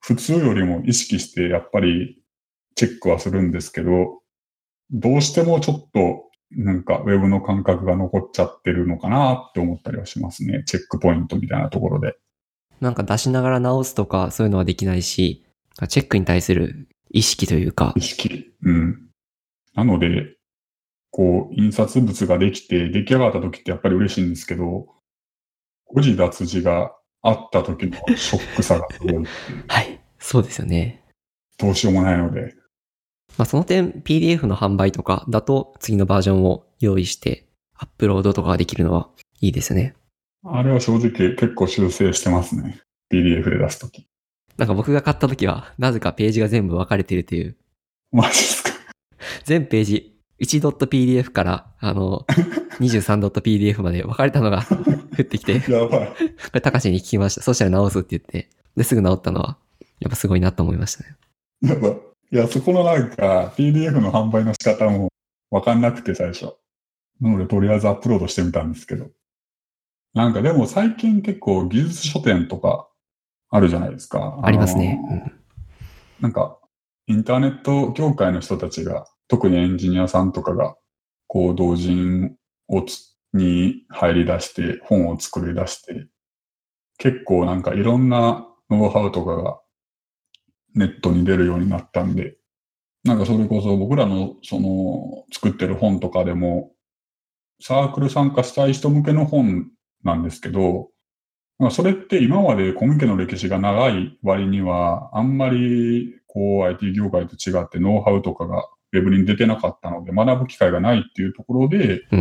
普通よりも意識してやっぱりチェックはするんですけど、どうしてもちょっとなんかウェブの感覚が残っちゃってるのかなって思ったりはしますね。チェックポイントみたいなところで。 なんか出しながら直すとかそういうのはできないし、チェックに対する意識というか。 意識。うん。なので、こう、印刷物ができて出来上がった時ってやっぱり嬉しいんですけど、誤字脱字があった時のショックさがすごいっていう。 はい。そうですよね。 どうしようもないので。 まあその点 ピーディーエフ の販売とかだと次のバージョンを用意してアップロードとかができるのはいいですよね。 あれは正直結構修正してますね。ピーディーエフ で出すとき。 なんか僕が買った時はなぜかページが全部分かれてるという。 マジですか。 全ページ いちドットピーディーエフ からあの にじゅうさんドットピーディーエフ まで分かれたのが降ってきて、 やばい。 これ高橋に聞きました。そしたら直すって言って、ですぐ直ったのはやっぱすごいなと思いましたね。 やばい。いや、そこのなんか ピーディーエフ の販売の仕方もわかんなくて最初。なのでとりあえずアップロードしてみたんですけど。なんかでも最近結構技術書店とかあるじゃないですか。 ありますね。 あのーなんかインターネット業界の人たちが、特にエンジニアさんとかが、こう同人をつに入り出して本を作り出して、結構なんかいろんなノウハウとかがネットに出るようになったんで、なんかそれこそ僕らのその作ってる本とかでも、サークル参加したい人向けの本なんですけど、なんかそれって今までコミケの歴史が長い割には、あんまりこう アイティー 業界と違ってノウハウとかがウェブに出てなかったので、学ぶ機会がないっていうところで、 うん、うん。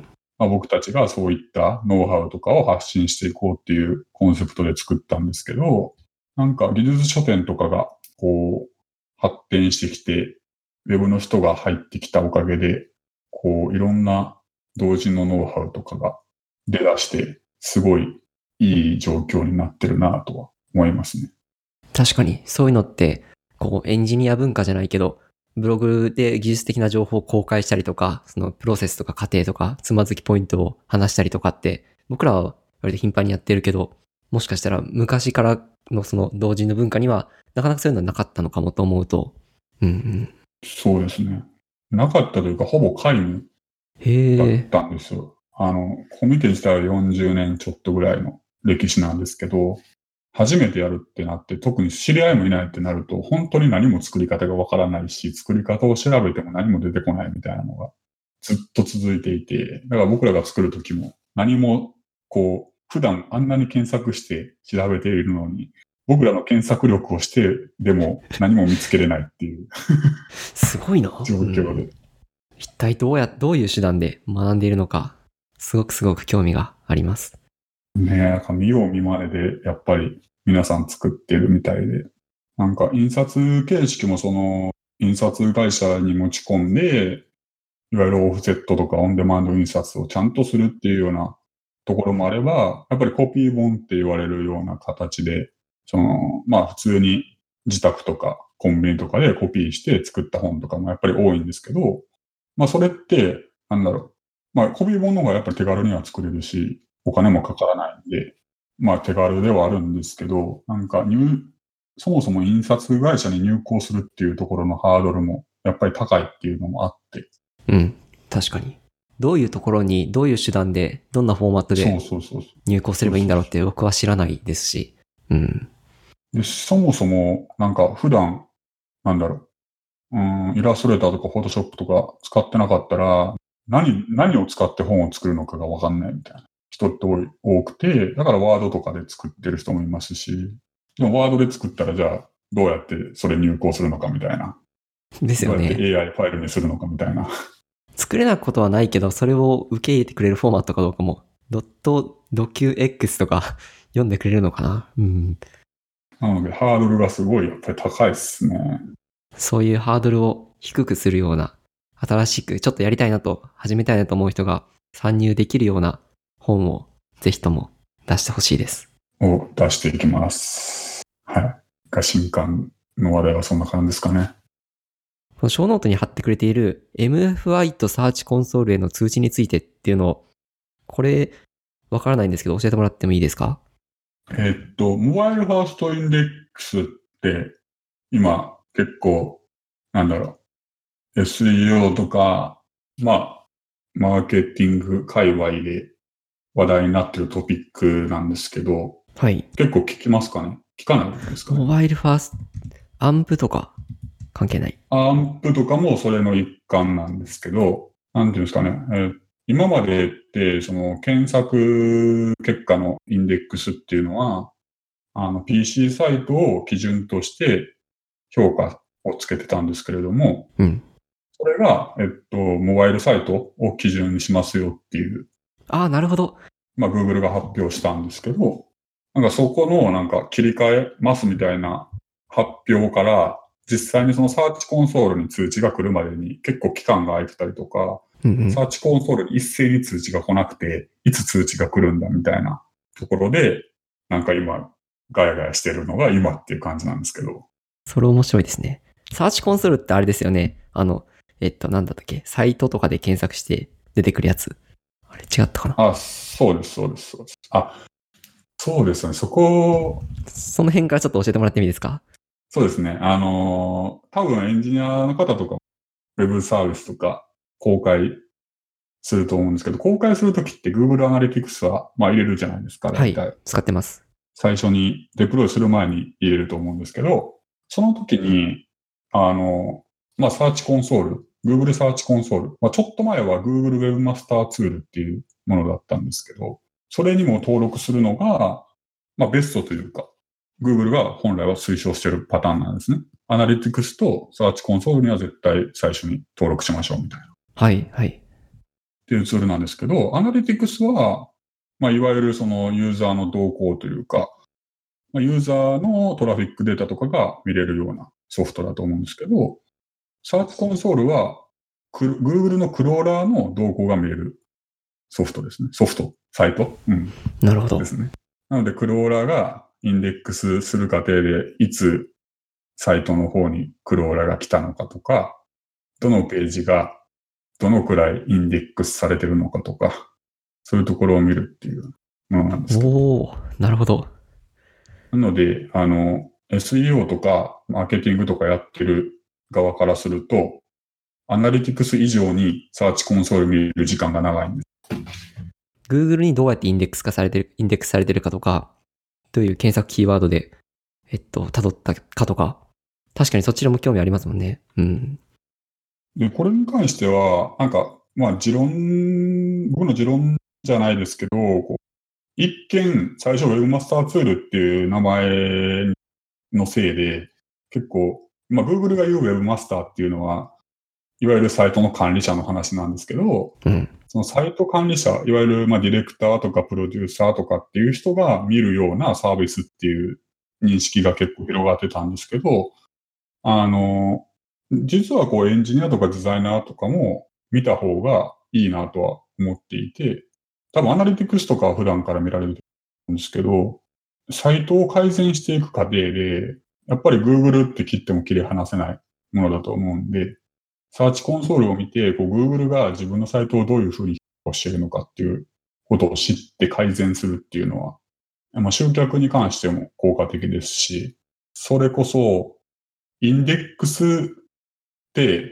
まあ、僕たちがそういったノウハウとかを発信していこうっていうコンセプトで作ったんですけど、なんか技術書店とかがこう発展してきて、ウェブの人が入ってきたおかげで、こういろんな同時のノウハウとかが出だして、すごいいい状況になってるなとは思いますね。 確かにそういうのってこうエンジニア文化じゃないけど、ブログで技術的な情報を公開したりとか、そのプロセスとか過程とかつまずきポイントを話したりとかって僕らは割と頻繁にやってるけど、もしかしたら昔からのその同人の文化にはなかなかそういうのはなかったのかもと思うと、うんうん。 そうですね。なかったというか、ほぼ皆無だっへえ。 たんですよ。あの、コミケ自体はよんじゅうねんちょっとぐらいの歴史なんですけど、初めてやるってなって、特に知り合いもいないってなると、本当に何も作り方がわからないし、作り方を調べても何も出てこないみたいなのがずっと続いていて、だから僕らが作るときも何もこう、普段あんなに検索して調べているのに、僕らの検索力をしてでも何も見つけれないっていうすごいな。 状況で。 うん、一体どうや、どういう手段で学んでいるのか、すごくすごく興味があります。 ねえ、なんか見よう見まねで、やっぱり皆さん作ってるみたいで。なんか印刷形式もその、印刷会社に持ち込んで、いわゆるオフセットとかオンデマンド印刷をちゃんとするっていうようなところもあれば、やっぱりコピー本って言われるような形で、その、まあ普通に自宅とかコンビニとかでコピーして作った本とかもやっぱり多いんですけど、まあそれって、なんだろう。まあコピー本の方がやっぱり手軽には作れるし、お金もかからないんで、まあ手軽ではあるんですけど、なんか入、そもそも印刷会社に入稿するっていうところのハードルもやっぱり高いっていうのもあって。 うん、確かに。どういうところに、どういう手段で、どんなフォーマットそうでそうそうそう。 入稿すればいいんだろうって僕は知らないですし。うん。 で、そもそもなんか普段、なんだろう、うん、イラストレーターとかフォトショップとか使ってなかったら、何、何を使って本を作るのかがわかんないみたいな人って多い多くて、だからワードとかで作ってる人もいますし、でもワードで作ったらじゃあどうやってそれ入稿するのかみたいな。 ですよね。 どうやって エーアイ ファイルにするのかみたいな。 作れなくことはないけど、それを受け入れてくれるフォーマットかどうかも、ドット、ドキューエックスとか読んでくれるのかな。うん。 なのでハードルがすごいやっぱり高いですね。 そういうハードルを低くするような、新しくちょっとやりたいなと、始めたいなと思う人が参入できるような本をぜひとも出してほしいです。 を出していきます。はい。が新刊の話題はそんな感じですかね。 このショーノートに貼ってくれている エムエフアイ とサーチコンソールへの通知についてっていうのを、これ、わからないんですけど教えてもらってもいいですか？ えっと、モバイルファーストインデックスって、今結構、なんだろう、エスイーオー とか、まあ、マーケティング界隈で話題になってるトピックなんですけど、 はい。 結構聞きますかね？聞かないですかね？ モバイルファースト、アンプとか関係ない。 アンプとかもそれの一環なんですけど、なんていうんですかね。えー今までって、その検索結果のインデックスっていうのは、あの ピーシー サイトを基準として評価をつけてたんですけれども、 うん。 それが、えっと、モバイルサイトを基準にしますよっていう、 ああ、なるほど。 まあ Google が発表したんですけど、なんかそこのなんか切り替えますみたいな発表から、実際にそのサーチコンソールに通知が来るまでに結構期間が空いてたりとか、 うんうん。 サーチコンソールに一斉に通知が来なくて、いつ通知が来るんだみたいなところで、なんか今、ガヤガヤしてるのが今っていう感じなんですけど。 それ面白いですね。サーチコンソールってあれですよね。あの、えっと、なんだったっけ、サイトとかで検索して出てくるやつ。あれ違ったかな。 あ、そうです、そうです、そうです。あ、そうですね。そこ、 その辺からちょっと教えてもらってもいいですか？ そうですね。あのー、多分エンジニアの方とか、ウェブサービスとか公開すると思うんですけど、公開するときって Google Analytics は、まあ入れるじゃないですか、 はい。 大体。 使ってます。 最初にデプロイする前に入れると思うんですけど、その時に、あの、まあ、サーチコンソール、Google サーチコンソール、まあ、ちょっと前は Google Webmaster Tool っていうものだったんですけど、それにも登録するのが、まあ、ベストというか、Google が本来は推奨しているパターンなんですね。アナリティクスとサーチコンソールには絶対最初に登録しましょうみたいな。っはい、はい。 ていうツールなんですけど、アナリティクスは、まあ、いわゆるそのユーザーの動向というか、ユーザーのトラフィックデータとかが見れるようなソフトだと思うんですけど、サーチコンソールは、Google のクローラーの動向が見えるソフトですね。ソフト、サイト、うん、 なるほど。 ですね。なので、クローラーがインデックスする過程で、いつサイトの方にクローラーが来たのかとか、どのページがどのくらいインデックスされてるのかとか、そういうところを見るっていうものなんですけど。 おー、なるほど。 なので、あの、エスイーオー とかマーケティングとかやってる側からすると、アナリティクス以上にサーチコンソール見る時間が長いんです。 Google にどうやってインデックス化されてる、インデックスされてるかとか、どういう検索キーワードで、えっと、辿ったかとか、確かにそっちらも興味ありますもんね。うん。 で、これに関しては、なんか、まあ、持論、僕の持論じゃないですけど、こう一見、最初 Webmaster Tool っていう名前のせいで、結構、まあ、Google が言う Webmaster っていうのは、いわゆるサイトの管理者の話なんですけど、 うん。 そのサイト管理者、いわゆるまあディレクターとかプロデューサーとかっていう人が見るようなサービスっていう認識が結構広がってたんですけど、あの、実はこうエンジニアとかデザイナーとかも見た方がいいなとは思っていて、多分アナリティクスとかは普段から見られると思うんですけど、サイトを改善していく過程で、やっぱり Google って切っても切り離せないものだと思うんで、サーチコンソールを見て、こう Google が自分のサイトをどういうふうに評価しているのかっていうことを知って改善するっていうのは、まあ、集客に関しても効果的ですし、それこそ、インデックスって、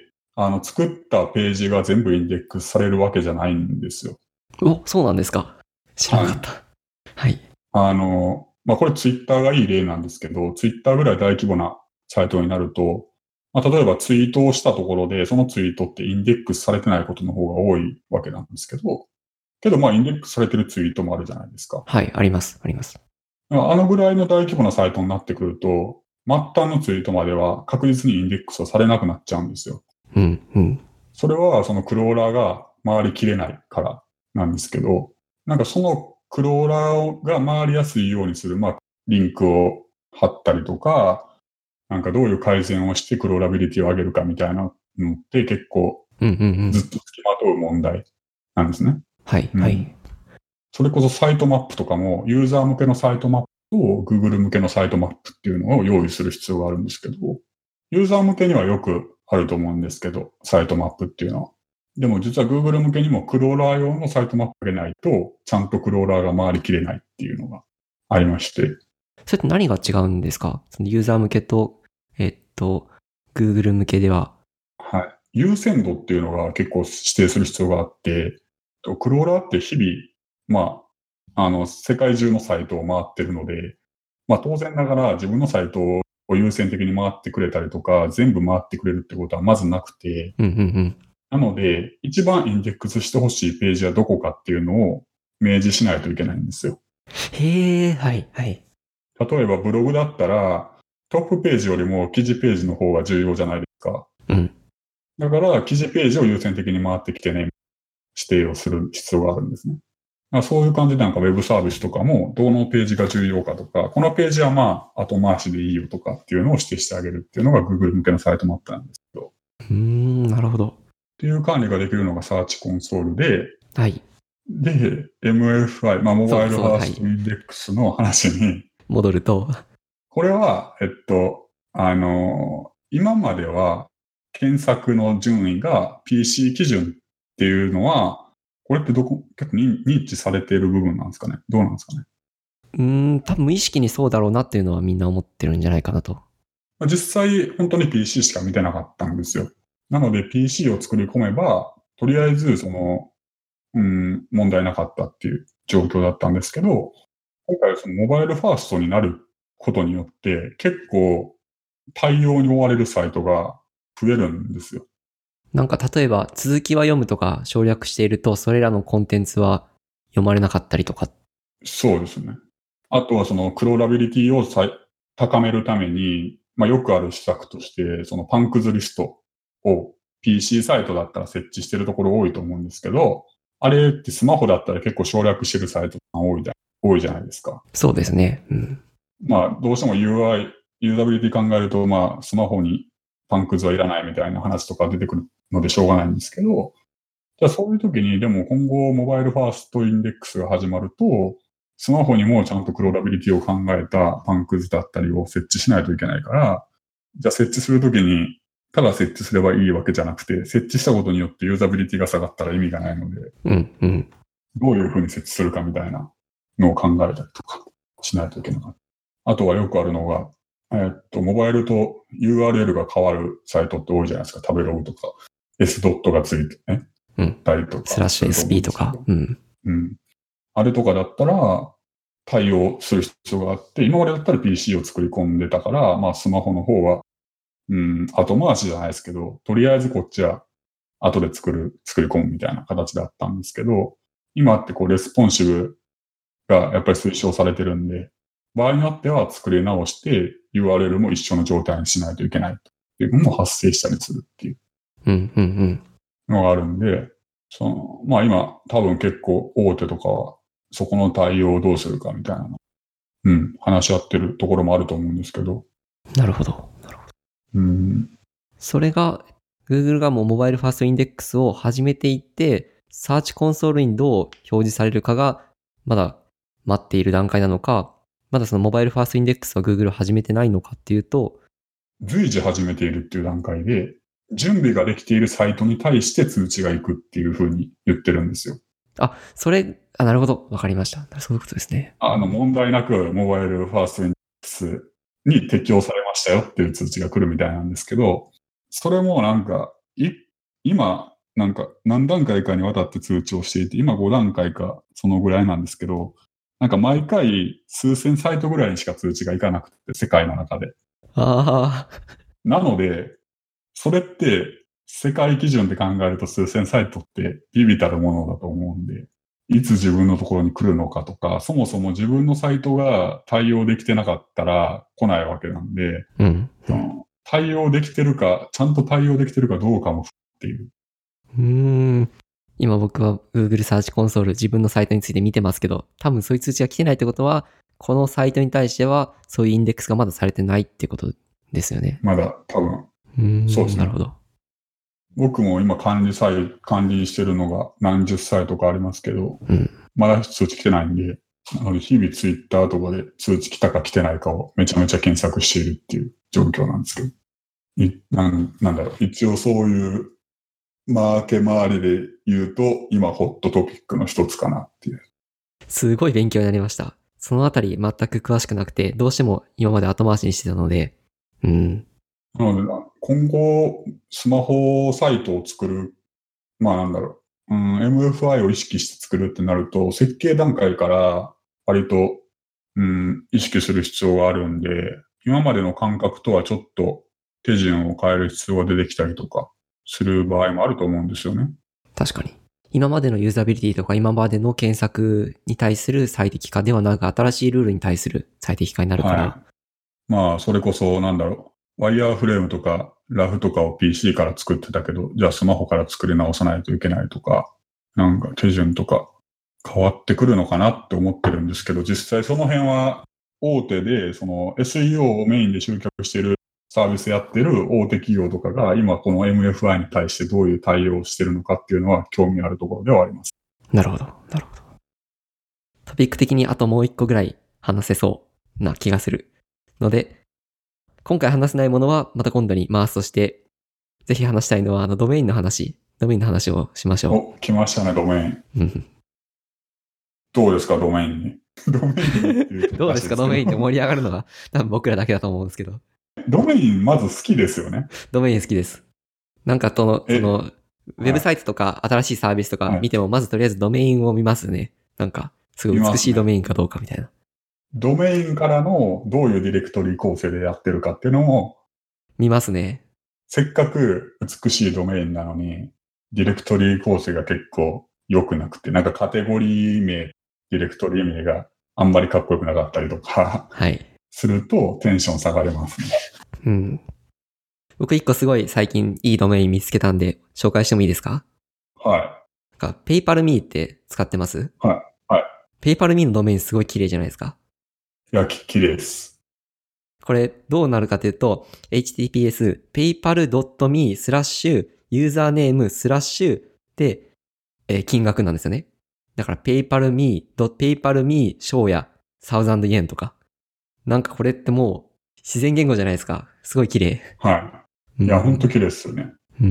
あの、作ったページが全部インデックスされるわけじゃないんですよ。 お、そうなんですか。知らなかった。はい。 あの、まあ、これツイッターがいい例なんですけど、ツイッターぐらい大規模なサイトになると、まあ、例えばツイートをしたところで、そのツイートってインデックスされてないことの方が多いわけなんですけど、けどまあインデックスされてるツイートもあるじゃないですか。 はい、あります、あります。 あのぐらいの大規模なサイトになってくると、末端のツイートまでは確実にインデックスはされなくなっちゃうんですよ。 うん、うん。 それはそのクローラーが回りきれないからなんですけど、なんかそのクローラーが回りやすいようにする、まあ、リンクを貼ったりとか、なんかどういう改善をしてクローラビリティを上げるかみたいなのって結構うん、うん、うん。 ずっと付きまとう問題なんですね。 はい、 うん、 はい。 それこそサイトマップとかも、ユーザー向けのサイトマップと Google 向けのサイトマップっていうのを用意する必要があるんですけど、ユーザー向けにはよくあると思うんですけど、サイトマップっていうのは。でも実は Google 向けにもクローラー用のサイトマップがないと、ちゃんとクローラーが回りきれないっていうのがありまして。 それって何が違うんですか？そのユーザー向けと、えっと、Google 向けでは。 はい。優先度っていうのが結構指定する必要があって、クローラーって日々、まあ、あの、世界中のサイトを回ってるので、まあ当然ながら自分のサイトを優先的に回ってくれたりとか、全部回ってくれるってことはまずなくて、 うんうんうん。 なので、一番インデックスしてほしいページはどこかっていうのを明示しないといけないんですよ。 へえ、はい、はい。 例えばブログだったら、トップページよりも記事ページの方が重要じゃないですか。 うん。 だから、記事ページを優先的に回ってきてね、指定をする必要があるんですね。そういう感じでなんかウェブサービスとかも、どのページが重要かとか、このページはまあ、後回しでいいよとかっていうのを指定してあげるっていうのが Google 向けのサイトマップなんですけど。 うーん、なるほど。 っていう管理ができるのがサーチコンソールで、 はい。 で、エムエフアイ、まあ、モバイルファーストインデックスの話に、 戻ると。 これは、えっと、あの、今までは検索の順位が ピーシー 基準っていうのは、これってどこ、結構認知されている部分なんですかね？どうなんですかね？ うーん、多分無意識にそうだろうなっていうのはみんな思ってるんじゃないかなと。 実際、本当に ピーシー しか見てなかったんですよ。なので ピーシー を作り込めば、とりあえず、その、うん、問題なかったっていう状況だったんですけど、今回そのモバイルファーストになることによって、結構対応に追われるサイトが増えるんですよ。 なんか例えば続きは読むとか省略していると、それらのコンテンツは読まれなかったりとか。 そうですね。あとはそのクローラビリティを高めるために、まあよくある施策として、そのパンクズリストを ピーシー サイトだったら設置してるところ多いと思うんですけど、あれってスマホだったら結構省略してるサイトが多いじゃ多いじゃないですか。 そうですね。うん。 まあどうしても ユーアイ、ユーザビリティ考えると、まあスマホにパンクズはいらないみたいな話とか出てくるのでしょうがないんですけど、じゃあそういう時にでも今後モバイルファーストインデックスが始まると、スマホにもちゃんとクローラビリティを考えたパンクズだったりを設置しないといけないから、じゃあ設置するときに、ただ設置すればいいわけじゃなくて、設置したことによってユーザビリティが下がったら意味がないので、 うんうん。 どういうふうに設置するかみたいなのを考えたりとかしないといけなかった。あとはよくあるのが、えっと、モバイルと ユーアールエル が変わるサイトって多いじゃないですか。食べログとか、S ドットがついてね、 うん。 たりとか。 スラッシュ エスピー とか。うん。 うん。あれとかだったら、対応する必要があって、今までだったら ピーシー を作り込んでたから、まあスマホの方は、うん、後回しじゃないですけど、とりあえずこっちは後で作る、作り込むみたいな形だったんですけど、今ってこうレスポンシブがやっぱり推奨されてるんで、場合によっては作り直して ユーアールエル も一緒の状態にしないといけないっていうのも発生したりするっていううんうんうん。 のがあるんで、その、まあ今多分結構大手とかはそこの対応をどうするかみたいなの、うん、話し合ってるところもあると思うんですけど。 なるほど。なるほど。 うん。 それが、Google がもうモバイルファーストインデックスを始めていって、サーチコンソールにどう表示されるかが、まだ待っている段階なのか、まだそのモバイルファーストインデックスは Google を始めてないのかっていうと、 随時始めているっていう段階で、準備ができているサイトに対して通知が行くっていうふうに言ってるんですよ。 あ、それ、あ、なるほど。わかりました。そういうことですね。 あの、問題なくモバイルファーストインデックスに適用されましたよっていう通知が来るみたいなんですけど、それもなんか、い、今、なんか何段階かにわたって通知をしていて、今ご段階かそのぐらいなんですけど、なんか毎回数千サイトぐらいにしか通知がいかなくて、世界の中で。 ああ。 なので、それって世界基準で考えると数千サイトって微々たるものだと思うんで、いつ自分のところに来るのかとか、そもそも自分のサイトが対応できてなかったら来ないわけなんで、 うん、 その対応できてるか、ちゃんと対応できてるかどうかもっていう。 うーん。今僕は Google サーチコンソール自分のサイトについて見てますけど、多分そういう通知が来てないってことは、このサイトに対してはそういうインデックスがまだされてないってことですよね。 まだ多分。 うーん。 そうですね。 なるほど。 僕も今管理サイ管理してるのが何十サイトかありますけど、 うん、 まだ通知来てないんで、なので日々ツイッターとかで通知来たか来てないかをめちゃめちゃ検索しているっていう状況なんですけど。いなん、なんだろう、一応そういうマーケ周りで言うと、今ホットトピックの一つかなっていう。 すごい勉強になりました。 そのあたり全く詳しくなくて、どうしても今まで後回しにしてたので、うん。 なので、今後、スマホサイトを作る、まあなんだろう、うん、エムエフアイ を意識して作るってなると、設計段階から割と、うん、意識する必要があるんで、今までの感覚とはちょっと手順を変える必要が出てきたりとかする場合もあると思うんですよね。 確かに。今までのユーザビリティとか今までの検索に対する最適化ではなく、新しいルールに対する最適化になるから。 はい。まあ、それこそ、なんだろう。ワイヤーフレームとか、ラフとかを ピーシー から作ってたけど、じゃあスマホから作り直さないといけないとか、なんか手順とか変わってくるのかなって思ってるんですけど、実際その辺は大手で、その エスイーオー をメインで集客しているサービスやってる大手企業とかが、今この エムエフアイ に対してどういう対応をしてるのかっていうのは興味あるところではあります。 なるほど。なるほど。トピック的にあともう一個ぐらい話せそうな気がするので、今回話せないものはまた今度に回すとして、ぜひ話したいのはあのドメインの話、ドメインの話をしましょう。 お、来ましたね、ドメイン。どうですか、ドメインに。ドメインっていうどうですか、ドメインって盛り上がるのが多分僕らだけだと思うんですけど。 ドメインまず好きですよね。 ドメイン好きです。なんかその、その、ウェブサイトとか新しいサービスとか見ても、まずとりあえずドメインを見ますね。なんか、すごい美しいドメインかどうかみたいな。 ドメインからのどういうディレクトリ構成でやってるかっていうのも見ますね。 せっかく美しいドメインなのに、ディレクトリ構成が結構良くなくて、なんかカテゴリー名、ディレクトリ名があんまりかっこよくなかったりとか、 はい。 するとテンション下がりますね。 うん。僕一個すごい最近いいドメイン見つけたんで、紹介してもいいですか？ はい。 なんか、PayPalMe って使ってます？ はい。はい。 PayPalMe のドメインすごい綺麗じゃないですか。 いや、き、綺麗です。 これどうなるかというと、エイチティーピーエス paypal.me スラッシュユーザーネームスラッシュで、えー、金額なんですよね。だから paypalme, paypalme 翔也サウザンドイエンとか。なんかこれってもう自然言語じゃないですか。すごい綺麗。 はい。いや、 うん、 ほんと綺麗ですよね。 うん。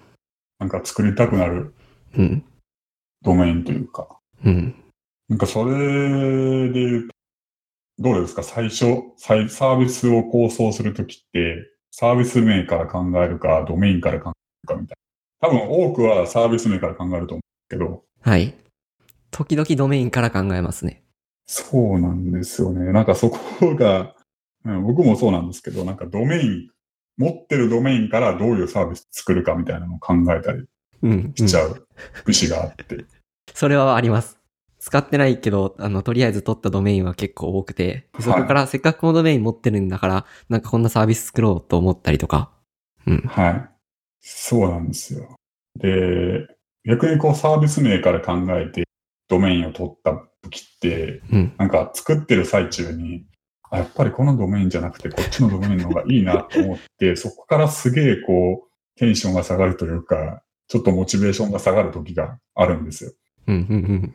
なんか作りたくなるうん。 ドメインというか。 うん。 なんかそれで言うと、どうですか最初、サービスを構想するときって、サービス名から考えるか、ドメインから考えるかみたいな。多分多くはサービス名から考えると思うけど。 はい。時々ドメインから考えますね。 そうなんですよね。なんかそこが、うん、僕もそうなんですけど、なんかドメイン、持ってるドメインからどういうサービス作るかみたいなのを考えたりしちゃう節があって。うんうん、 それはあります。使ってないけど、あの、とりあえず取ったドメインは結構多くて、そこからせっかくこのドメイン持ってるんだから、なんかこんなサービス作ろうと思ったりとか。うん。 はい。そうなんですよ。で、逆にこうサービス名から考えてドメインを取った時って、うん、なんか作ってる最中に、あ、やっぱりこのドメインじゃなくてこっちのドメインの方がいいなと思って、そこからすげえこう、テンションが下がるというか、ちょっとモチベーションが下がる時があるんですよ。 うんうんうん、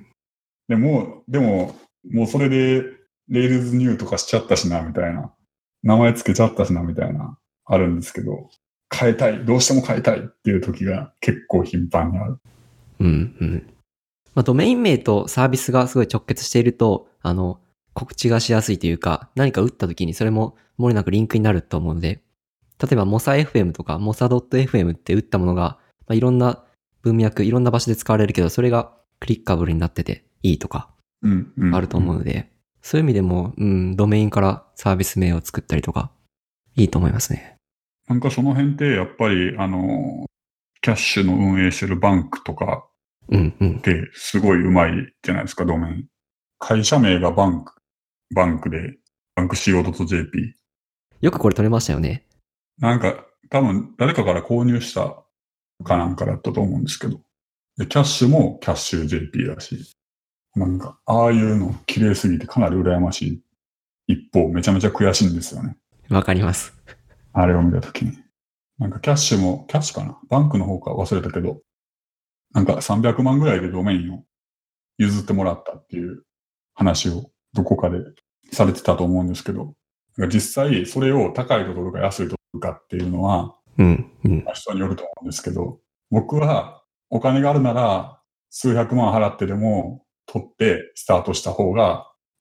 でも、でも、もうそれで、レールズニューとかしちゃったしな、みたいな。名前つけちゃったしな、みたいな、あるんですけど、変えたい、どうしても変えたいっていう時が結構頻繁にある。 うんうん。まあ、ドメイン名とサービスがすごい直結していると、あの、告知がしやすいというか、何か打った時にそれも漏れなくリンクになると思うので、例えばモサ エフエム とかモサ .fm って打ったものが、まあ、いろんな文脈、いろんな場所で使われるけど、それがクリッカブルになってていいとか、あると思うので、うんうんうん、そういう意味でも、うん、ドメインからサービス名を作ったりとか、いいと思いますね。 なんかその辺ってやっぱり、あの、キャッシュの運営してるバンクとかってすごい上手いじゃないですか、ドメイン。会社名がバンク、バンクで、バンク シーオードットジェーピー。 よくこれ取れましたよね。 なんか、多分誰かから購入したかなんかだったと思うんですけど。で、キャッシュもキャッシュ ジェーピー だし。なんか、ああいうの綺麗すぎてかなり羨ましい。一方、めちゃめちゃ悔しいんですよね。 わかります。 あれを見たときに。なんかキャッシュも、キャッシュかなバンクの方か忘れたけど、なんかさんびゃくまんぐらいでドメインを譲ってもらったっていう話をどこかでされてたと思うんですけど、実際それを高いと取るか安いと取るかっていうのは、 うんうん、 人によると思うんですけど、僕はお金があるなら数百万払ってでも取ってスタートした方が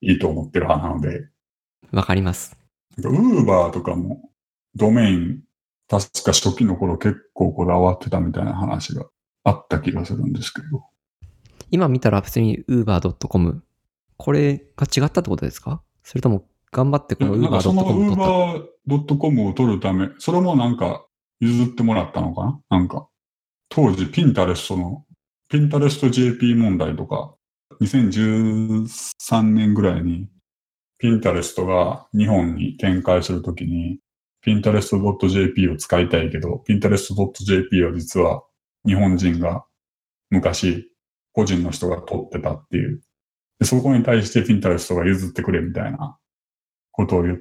いいと思ってる派なので。 わかります。 ウーバーとかもドメイン、確か初期の頃結構こだわってたみたいな話があった気がするんですけど。 今見たら普通に ウーバードットコム。これが違ったってことですか？それとも頑張ってこの ウーバードットコム を取った？ その ウーバードットコム を取るため、それもなんか譲ってもらったのかな？なんか、当時ピンタレストの、ピンタレスト ジェーピー 問題とか、にせんじゅうさんねんぐらいにピンタレストが日本に展開するときに、ピンタレスト ドット ジェーピー を使いたいけど、ピンタレスト ドット ジェーピー は実は日本人が昔個人の人が取ってたっていう。でそこに対してピンタレストが譲ってくれみたいなことを言って、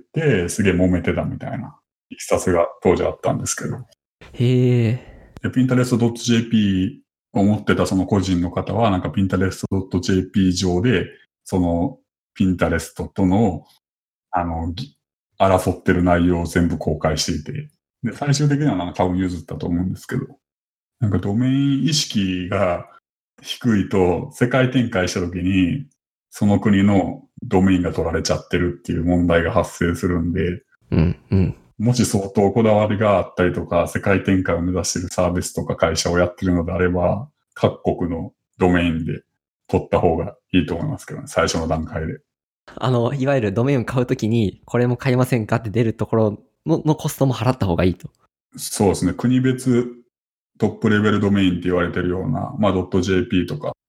すげえ揉めてたみたいな、いきさつが当時あったんですけど。 へえ。 で、ピンタレスト ドット ジェーピー を持ってたその個人の方は、なんかピンタレスト ドット ジェーピー 上で、そのピンタレストとの、あの、争ってる内容を全部公開していて、で、最終的にはなんか多分譲ったと思うんですけど、なんかドメイン意識が低いと世界展開した時に、その国のドメインが取られちゃってるっていう問題が発生するんで、 うんうん。 もし相当こだわりがあったりとか、世界展開を目指しているサービスとか会社をやってるのであれば、各国のドメインで取った方がいいと思いますけどね、最初の段階で。 あの、いわゆるドメインを買うときに、これも買いませんかって出るところののコストも払った方がいいと。 そうですね、国別トップレベルドメインって言われてるような、まあ .jp とか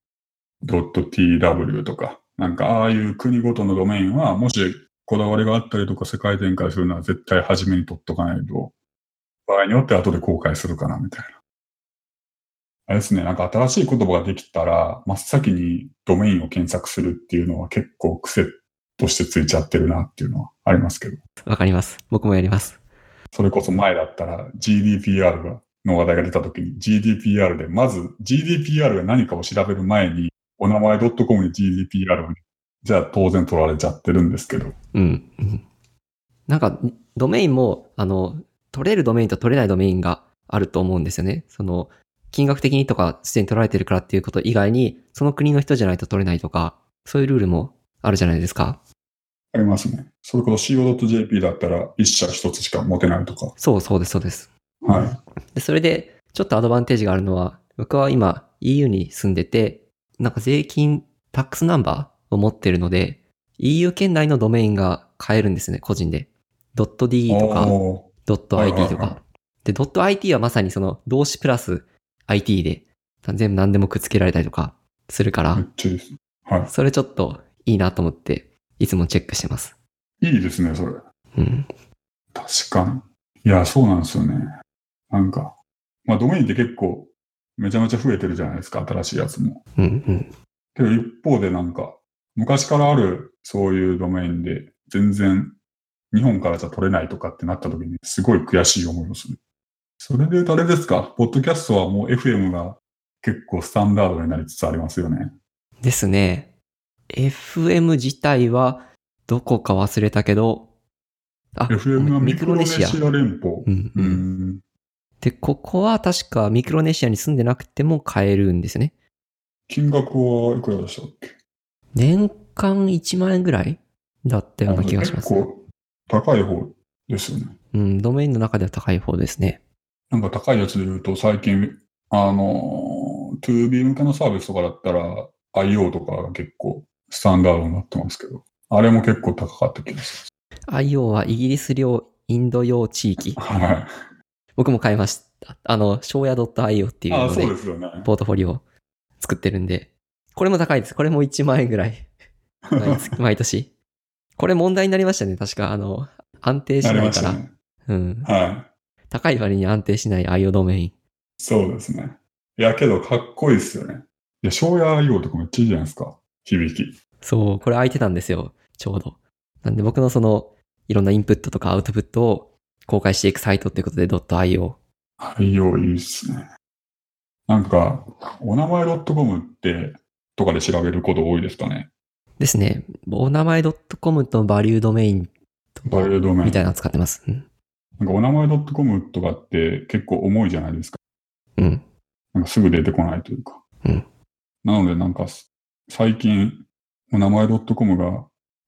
.tw とか、なんかああいう国ごとのドメインは、もしこだわりがあったりとか世界展開するのは絶対初めに取っとかないと、場合によって後で公開するかなみたいな。あれですね、なんか新しい言葉ができたら、真っ先にドメインを検索するっていうのは結構癖としてついちゃってるなっていうのはありますけど。 わかります。僕もやります。 それこそ前だったら ジーディーピーアール がの話題が出た時に ジーディーピーアール で、まず ジーディーピーアール が何かを調べる前に、お名前 .com に ジーディーピーアール を、じゃあ当然取られちゃってるんですけど。 うん、うん。なんか、ドメインも、あの、取れるドメインと取れないドメインがあると思うんですよね。その、金額的にとか、すでに取られてるからっていうこと以外に、その国の人じゃないと取れないとか、そういうルールもあるじゃないですか。 ありますね。それこそ シーオードットジェーピー だったら一社一つしか持てないとか。 そうそうです、そうです。 はい。 で、それで、ちょっとアドバンテージがあるのは、僕は今 イーユー に住んでて、なんか税金、タックスナンバーを持ってるので、イーユー 圏内のドメインが買えるんですね、個人で。.de とか、.it とか。で、.it はまさにその動詞プラス アイティー で、全部何でもくっつけられたりとかするから、 めっちゃいいです。はい。 それちょっといいなと思って、いつもチェックしてます。 いいですね、それ。 うん。 確かに。いや、そうなんですよね。なんか、まあドメインって結構めちゃめちゃ増えてるじゃないですか、新しいやつも。 うんうん。 けど一方でなんか、昔からあるそういうドメインで全然日本からじゃ取れないとかってなった時にすごい悔しい思いをする。それで言うとあれですか、ポッドキャストはもう エフエム が結構スタンダードになりつつありますよね。 ですね。エフエム 自体はどこか忘れたけど、あ、 エフエム はミミクロネシア。 ミクロネシア連邦。 うんうん。 うんで、ここは確かミクロネシアに住んでなくても買えるんですよね。 金額はいくらでしたっけ？ 年間いちまん円ぐらいだったような気がします。 結構高い方ですよね。 うん、ドメインの中では高い方ですね。 なんか高いやつで言うと最近、あの、ツービー 向けのサービスとかだったら アイオー とかが結構スタンダードになってますけど、あれも結構高かった気がする。アイオー はイギリス領インド洋地域。 はい。 僕も買いました。あの、翔也 .io っていうので、 そうですよね。 ポートフォリオを作ってるんで、これも高いです。これもいちまん円ぐらい。毎, 毎年。これ問題になりましたね。確か、あの、安定しないから。ね、うん。 はい。 高い割に安定しない アイオー ドメイン。 そうですね。いや、けどかっこいいですよね。いや、翔也 アイオー とかめっちゃいいじゃないですか。響き。 そう、これ空いてたんですよ。ちょうど。なんで僕のその、いろんなインプットとかアウトプットを公開していくサイトっていうことで .io。 アイオー いいっすね。なんか、お名前 .com って、とかで調べること多いですかね。 ですね。お名前 .com とバリュードメインバリュードメイン。 みたいなの使ってます。うん、 なんかお名前 .com とかって結構重いじゃないですか。 うん。 なんかすぐ出てこないというか。 うん。 なのでなんか、最近、お名前 .com が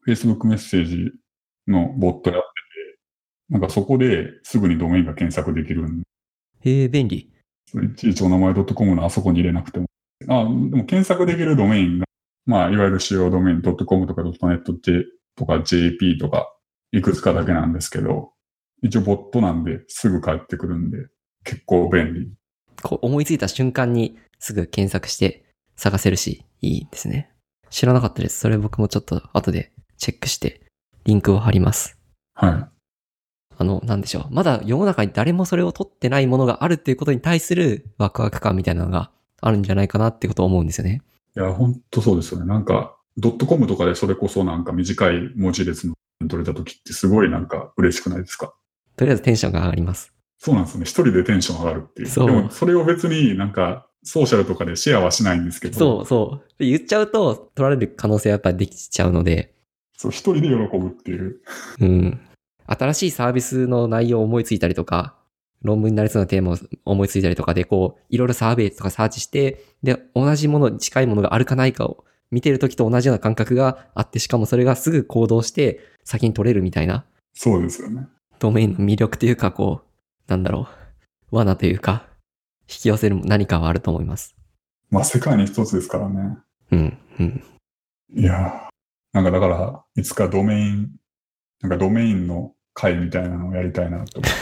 Facebook メッセージのボットやってて、なんかそこですぐにドメインが検索できるんで、 へえ、便利。 いちいちお名前 .com のあそこに入れなくても。あ、でも検索できるドメインが、まあ、いわゆる主要ドメイン .com とか .net とか ジェーピー とか、いくつかだけなんですけど、一応ボットなんですぐ返ってくるんで、結構便利。 こう思いついた瞬間にすぐ検索して探せるし、いいですね。知らなかったです。それ僕もちょっと後でチェックしてリンクを貼ります。 はい。 あの、なんでしょう。まだ世の中に誰もそれを取ってないものがあるっていうことに対するワクワク感みたいなのがあるんじゃないかなってことを思うんですよね。 いや、ほんとそうですよね。なんか、ドットコムとかでそれこそなんか短い文字列の取れた時ってすごいなんか嬉しくないですか？ とりあえずテンションが上がります。 そうなんですね。一人でテンション上がるっていう。 そうでも、それを別になんか、ソーシャルとかでシェアはしないんですけど。 そうそう。言っちゃうと取られる可能性はやっぱりできちゃうので。 そう、一人で喜ぶっていう。 うん。新しいサービスの内容を思いついたりとか、論文になりそうなテーマを思いついたりとかで、こう、いろいろサーベイとかサーチして、で、同じものに近いものがあるかないかを見てるときと同じような感覚があって、しかもそれがすぐ行動して先に取れるみたいな。 そうですよね。 ドメインの魅力というか、こう、なんだろう、罠というか、引き寄せる何かはあると思います。 まあ、世界に一つですからね。 うん、うん。 いやー、なんかだから、いつかドメイン、なんかドメインの会みたいなのをやりたいなと思って。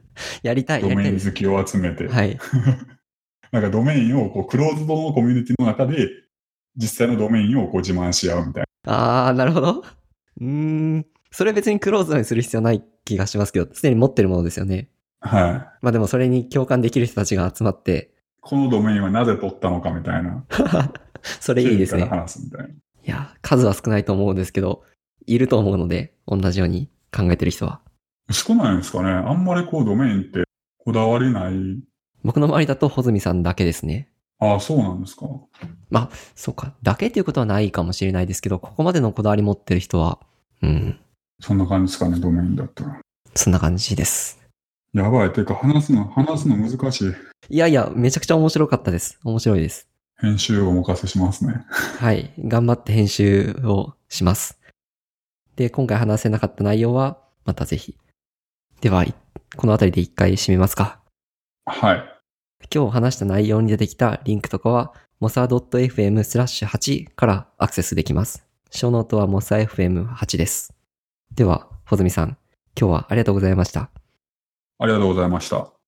やりたい、やドりたいです。 メイン好きを集めて。 はい。 なんかドメインをこうクローズドのコミュニティの中で、実際のドメインをこう自慢し合うみたいな。あー、なるほど。うーん。それ別にクローズドにする必要ない気がしますけど、すでに持ってるものですよね。 はい。 まあでもそれに共感できる人たちが集まって、 このドメインはなぜ取ったのかみたいな。 それいいですね。 経緯から話すみたいな。 いや、数は少ないと思うんですけど、いると思うので、同じように考えてる人は。 少ないんですかね。あんまりこうドメインってこだわりない。 僕の周りだと穂積さんだけですね。 ああ、そうなんですか。 まあ、そうか。だけっていうことはないかもしれないですけど、ここまでのこだわり持ってる人は、うん。 そんな感じですかね、ドメインだったら。 そんな感じです。 やばい。てか話すの、話すの難しい。 いやいや、めちゃくちゃ面白かったです。面白いです。 編集をお任せしますね。 はい。頑張って編集をします。で、今回話せなかった内容は、またぜひ。では、このあたりで一回締めますか。 はい。 今日話した内容に出てきたリンクとかは、モサ .fm スラッシュはちからアクセスできます。ショーノートはモサ エフエムはち です。では、穂積さん、今日はありがとうございました。 ありがとうございました。